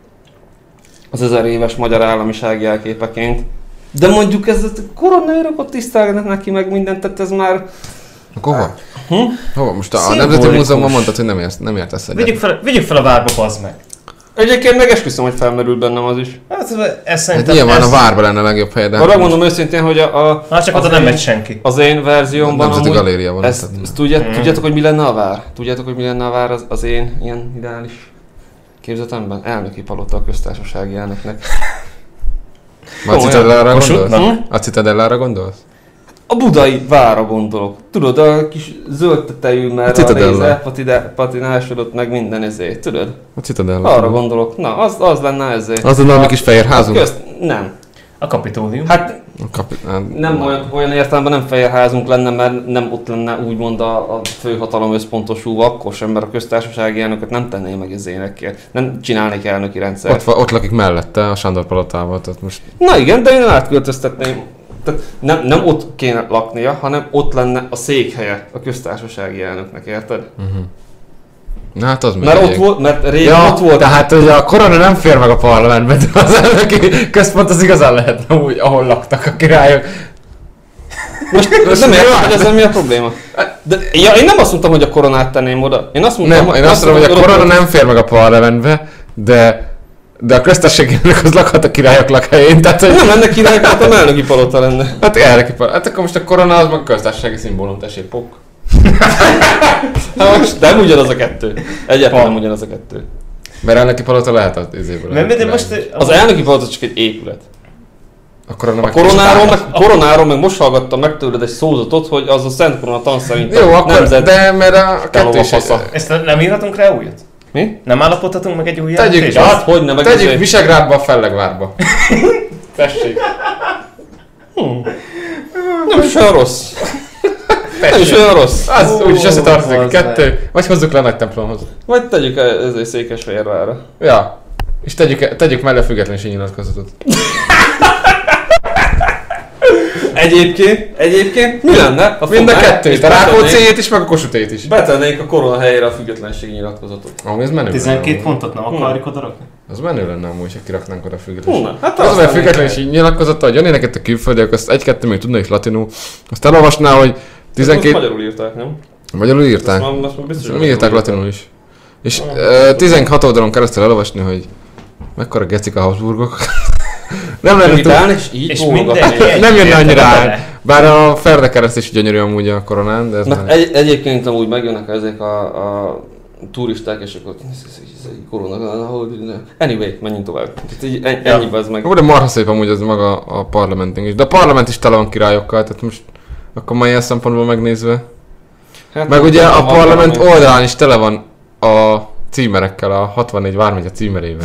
az ezer éves magyar államiság jelképeként. De mondjuk ez a koronaőrök tisztelgetnek neki meg mindent, tehát ez már... Akkor hova? Hm? Hova? Most a, a Szimbolikus. Nemzeti Múzeumban mondtad, hogy nem, érsz, nem értesz egyet. Vigyük fel, vigyük fel a várba, bazd meg. Egyébként megesküszöm, hogy felmerül bennem az is. Hát ez Hát szerintem... nyilván ez... a várba lenne a legjobb hely, de... Arra mondom őszintén, hogy a... a Hát csak az oda nem én- megy senki. Az én verziómban Nemzeti amúgy... Galéria van. Ezt, tehát- ezt tudját, Mm. tudjátok, hogy mi lenne a vár? Tudjátok, hogy mi lenne a vár az, az én ilyen ideális képzetemben? Elnöki palota a köztársasági elnöknek. Ma a Citadellára Kossuthnak? gondolsz? A Citadellára gondolsz? A budai várra gondolok. Tudod, a kis zöld tetejű, mert A a, Citadella. rész elpatinásodott meg minden ezért. Tudod? A Citadella. Arra gondolok. Na, az, az lenne ezért. Az lenne a mi kis fehér a házunk? közt, Nem. A Kapitólium. Hát A kapitán... nem olyan, olyan értelemben nem fehér házunk lenne, mert nem ott lenne úgymond a, a főhatalom összpontosulva akkor sem, mert a köztársasági elnököt nem tenné meg az énekkel. Nem csinálnék elnöki rendszert. Ott, va- ott lakik mellette, a Sándor palotával, tehát most... Na igen, de én átköltöztetném. Tehát nem, nem ott kéne laknia, hanem ott lenne a székhelye a köztársasági elnöknek, érted? Uh-huh. Na hát az még Mert ott egyéb. volt, mert régen Ja, ott volt. tehát hogy a korona nem fér meg a parlamentbe, de az elnöki központ az igazán lehetne úgy, ahol laktak a királyok. Most, most nem értem, hogy ezzel mi a probléma. De, ja, én nem azt mondtam, hogy a koronát tenném oda. Én azt mondtam, Nem, én azt mondom, hogy a oda- korona nem fér meg a parlamentbe, de de a köztársasági elnök az lakhat a királyok lakhelyén, tehát hogy... Nem lenne király, hanem elnöki palota lenne. Hát elnöki palota. Hát akkor most a korona az meg a köztársasági szimbólum, tessék, pok. Hát most, de nem ugyanaz a kettő. Egyáltalán nem ugyanaz a kettő. Mert elnöki palota lehet az izéből. Mert de most... Az elnöki palota csak egy épület. A korona A meg... koronáról meg, koronáról meg most hallgattam meg tőled egy szózatot, hogy az a Szent Korona tan szerint Jó, a akkor, nemzet... de mert a kettő is... fasza. Ezt nem írhatunk rá újat? Mi? Nem állapodhatunk meg egy új Tegyük, jelentést? Hát, hogy ne meg Tegyük izé- Visegrádba, a Fellegvárba. Tessék. Nem is olyan rossz. Nem is olyan rossz. Az úgyis összetartozik a az kettő. Vagy hozzuk le a nagy templomhoz. Vagy tegyük ezért Székesfehérvárra. Ja. És tegyük, tegyük mellé a függetlenségi nyilatkozatot. Egyébként, egyébként mi lenne? A Mind a fogás, kettőt, és a betennénk- Rákócziét is, meg a Kossuthét is. Betennénk a korona helyére a függetlenségi nyilatkozatot. Amúgy ez menő. tizenkét lenne. pontot nem akarjuk oda rakni? Az menő lenne amúgy, ha kiraknánk oda a Hú, függetlenségi. na, hát Az, azt hogy a tennénk függetlenségi nyilatkozata, hogy jönnének itt a külföldiek, azt egy-kettő még tudna is latinul. Azt elolvasná, hogy el. Ezt tizenkét... magyarul írták, nem? Magyarul írták. Ezt már, ezt már biztos, hogy Mi írták latinul is. És uh, tizenhat oldalon keresztül elolvasni, hogy mekkora gecik a Habsburgok. Nem lenne túl... Vitálni, és így És bólogatni. mindenki Nem jönne érte annyira bele. át. Bár a Ferde kereszt is gyönyörű amúgy a koronán, de ez Mert már... egy, egyébként amúgy megjönnek ezek a, a turisták, és akkor ez egy korona, anyway, menjünk tovább. Tehát így en- Ja. ennyi az meg. Ó, de marha szép amúgy az maga a parlamentünk is. De a parlament is tele van királyokkal, tehát most akkor már ilyen szempontból megnézve. Hát, Meg ugye a van parlament valami. oldalán is tele van a címerekkel, a hatvannégy vármegye címerével.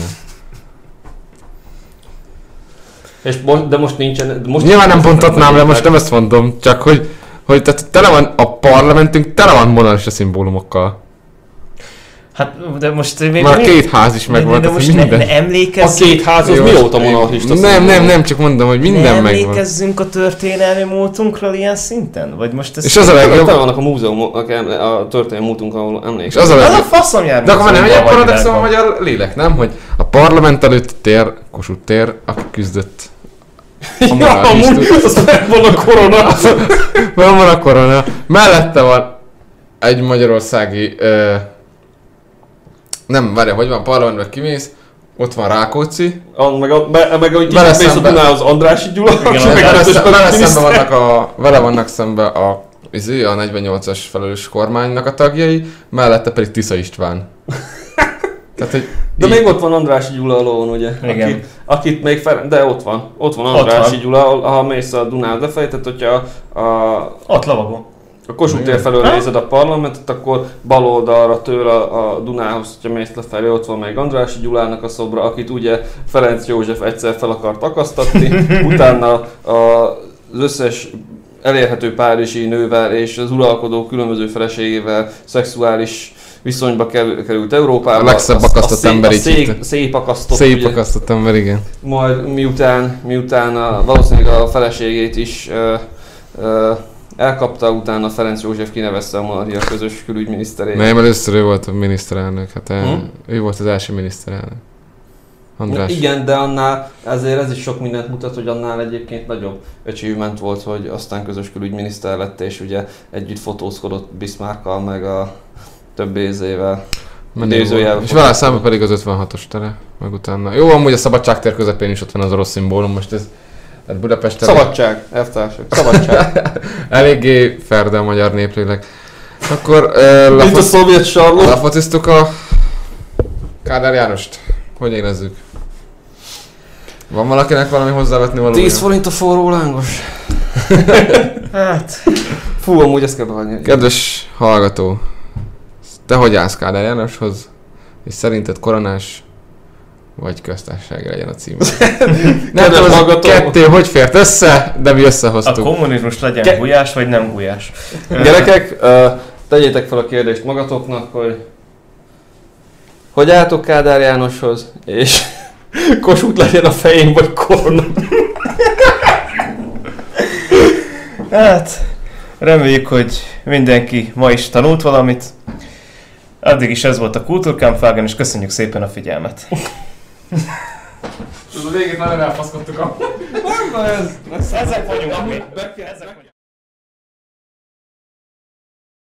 És most, de most nincsen... De most Nyilván nem bontatnám le, meg- most nem ezt mondom, csak hogy, hogy tehát tele van a parlamentünk, tele van monarchista szimbólumokkal. Hát, de most... mi- Már mi- két ház is de- megvan, de tehát most ne, minden. ne A emlékezzünk... két ház az Jó, mióta most- monarchista? Nem, szimbólum? nem, nem, csak mondom, hogy minden ne megvan. emlékezzünk a történelmi múltunkról ilyen szinten? Vagy most ez... És az a Tele legjobb, vannak a múzeumok, a történelmi múltunk, ahol és emlékszem. az a Az a legjobb. faszom jár. De akkor már nem egy múzeumban paradox vagy a világban. magyar lélek, nem? Hogy a parlament előtt tér, Kossuth tér, aki küzdött. A Ja, monarchista. amúgy az van a korona. Van van a korona. Mellette van egy magyarországi... Ö, nem, várja, hogy van, parlamentben kimész, ott van Rákóczi. A, meg, a, me, meg ahogy Vele kicsit mész a szemben- Dunához Andrássy Gyula, Igen, aki az meg Vele, közös szem, vele, szemben miniszter. vannak a, vele vannak szembe a, izé, a negyvennyolcas felelős kormánynak a tagjai, mellette pedig Tisza István. Tehát, hogy De így- még ott van Andrássy Gyula alól, ugye? Igen. Aki, akit még fel, de ott van. Ott van Ott Andrássy van. Gyula, ha mész a Dunához lefelé, tehát hogyha a, Ott lavagó. a Kossuth tér felől nézed a parlamentet, akkor bal oldalra tőle a Dunához, hogyha mész lefelé, ott van még Andrássy Gyulának a szobra, akit ugye Ferenc József egyszer fel akart akasztatni, utána az összes elérhető párizsi nővel és az uralkodó különböző feleségével szexuális viszonyba került Európába. A legszebb akasztott ember így szép, szép akasztott. Szép ugye, akasztott ember, igen. Majd miután, miután a, valószínűleg a feleségét is ö, ö, elkapta, utána Ferenc József kinevezte a monarchia közös külügyminiszterét. Nem, először ő volt a miniszterelnök, hát el, Hmm? ő volt az első miniszterelnök. András. Ja, igen, de annál, ezért ez is sok mindent mutat, hogy annál egyébként nagyobb achievement volt, hogy aztán közös külügyminiszter lett, és ugye együtt fotózkodott Bismarckkal, meg a több ézével. És vele számba pedig az ötvenhatos tere, meg utána. Jó, amúgy a Szabadságtér közepén is ott van az orosz szimbólum, most ez hát Budapesten... Szabadság, elvtársak, szabadság. Eléggé ferde a magyar néplélek. Akkor uh, Mint a szovjet sarló. lefociztuk a Kádár Jánost. Hogy érezzük? Van valakinek valami hozzávetni valója? tíz forint a forró lángos. Hát... Fú, amúgy ezt kell behagyni. Kedves hallgató, te hogy állsz Kádár Jánoshoz? És szerinted koronás vagy köztársasági legyen a cím? Nem tudom, az kettő hogy fért össze, de mi A összehoztuk. kommunizmus legyen Ke- gulyás, vagy nem gulyás? Gyerekek, uh, tegyétek fel a kérdést magatoknak, hogy hogy álltok Kádár Jánoshoz, és Kossuth legyen a fején, vagy korona. Hát, reméljük, hogy mindenki ma is tanult valamit. Addig is ez volt a Kulturkampfwagen, és köszönjük szépen a figyelmet. A végét nagyon elfaszkodtuk a... Ez, ez, Ezek vagyunk, mi. Ezek vagyunk.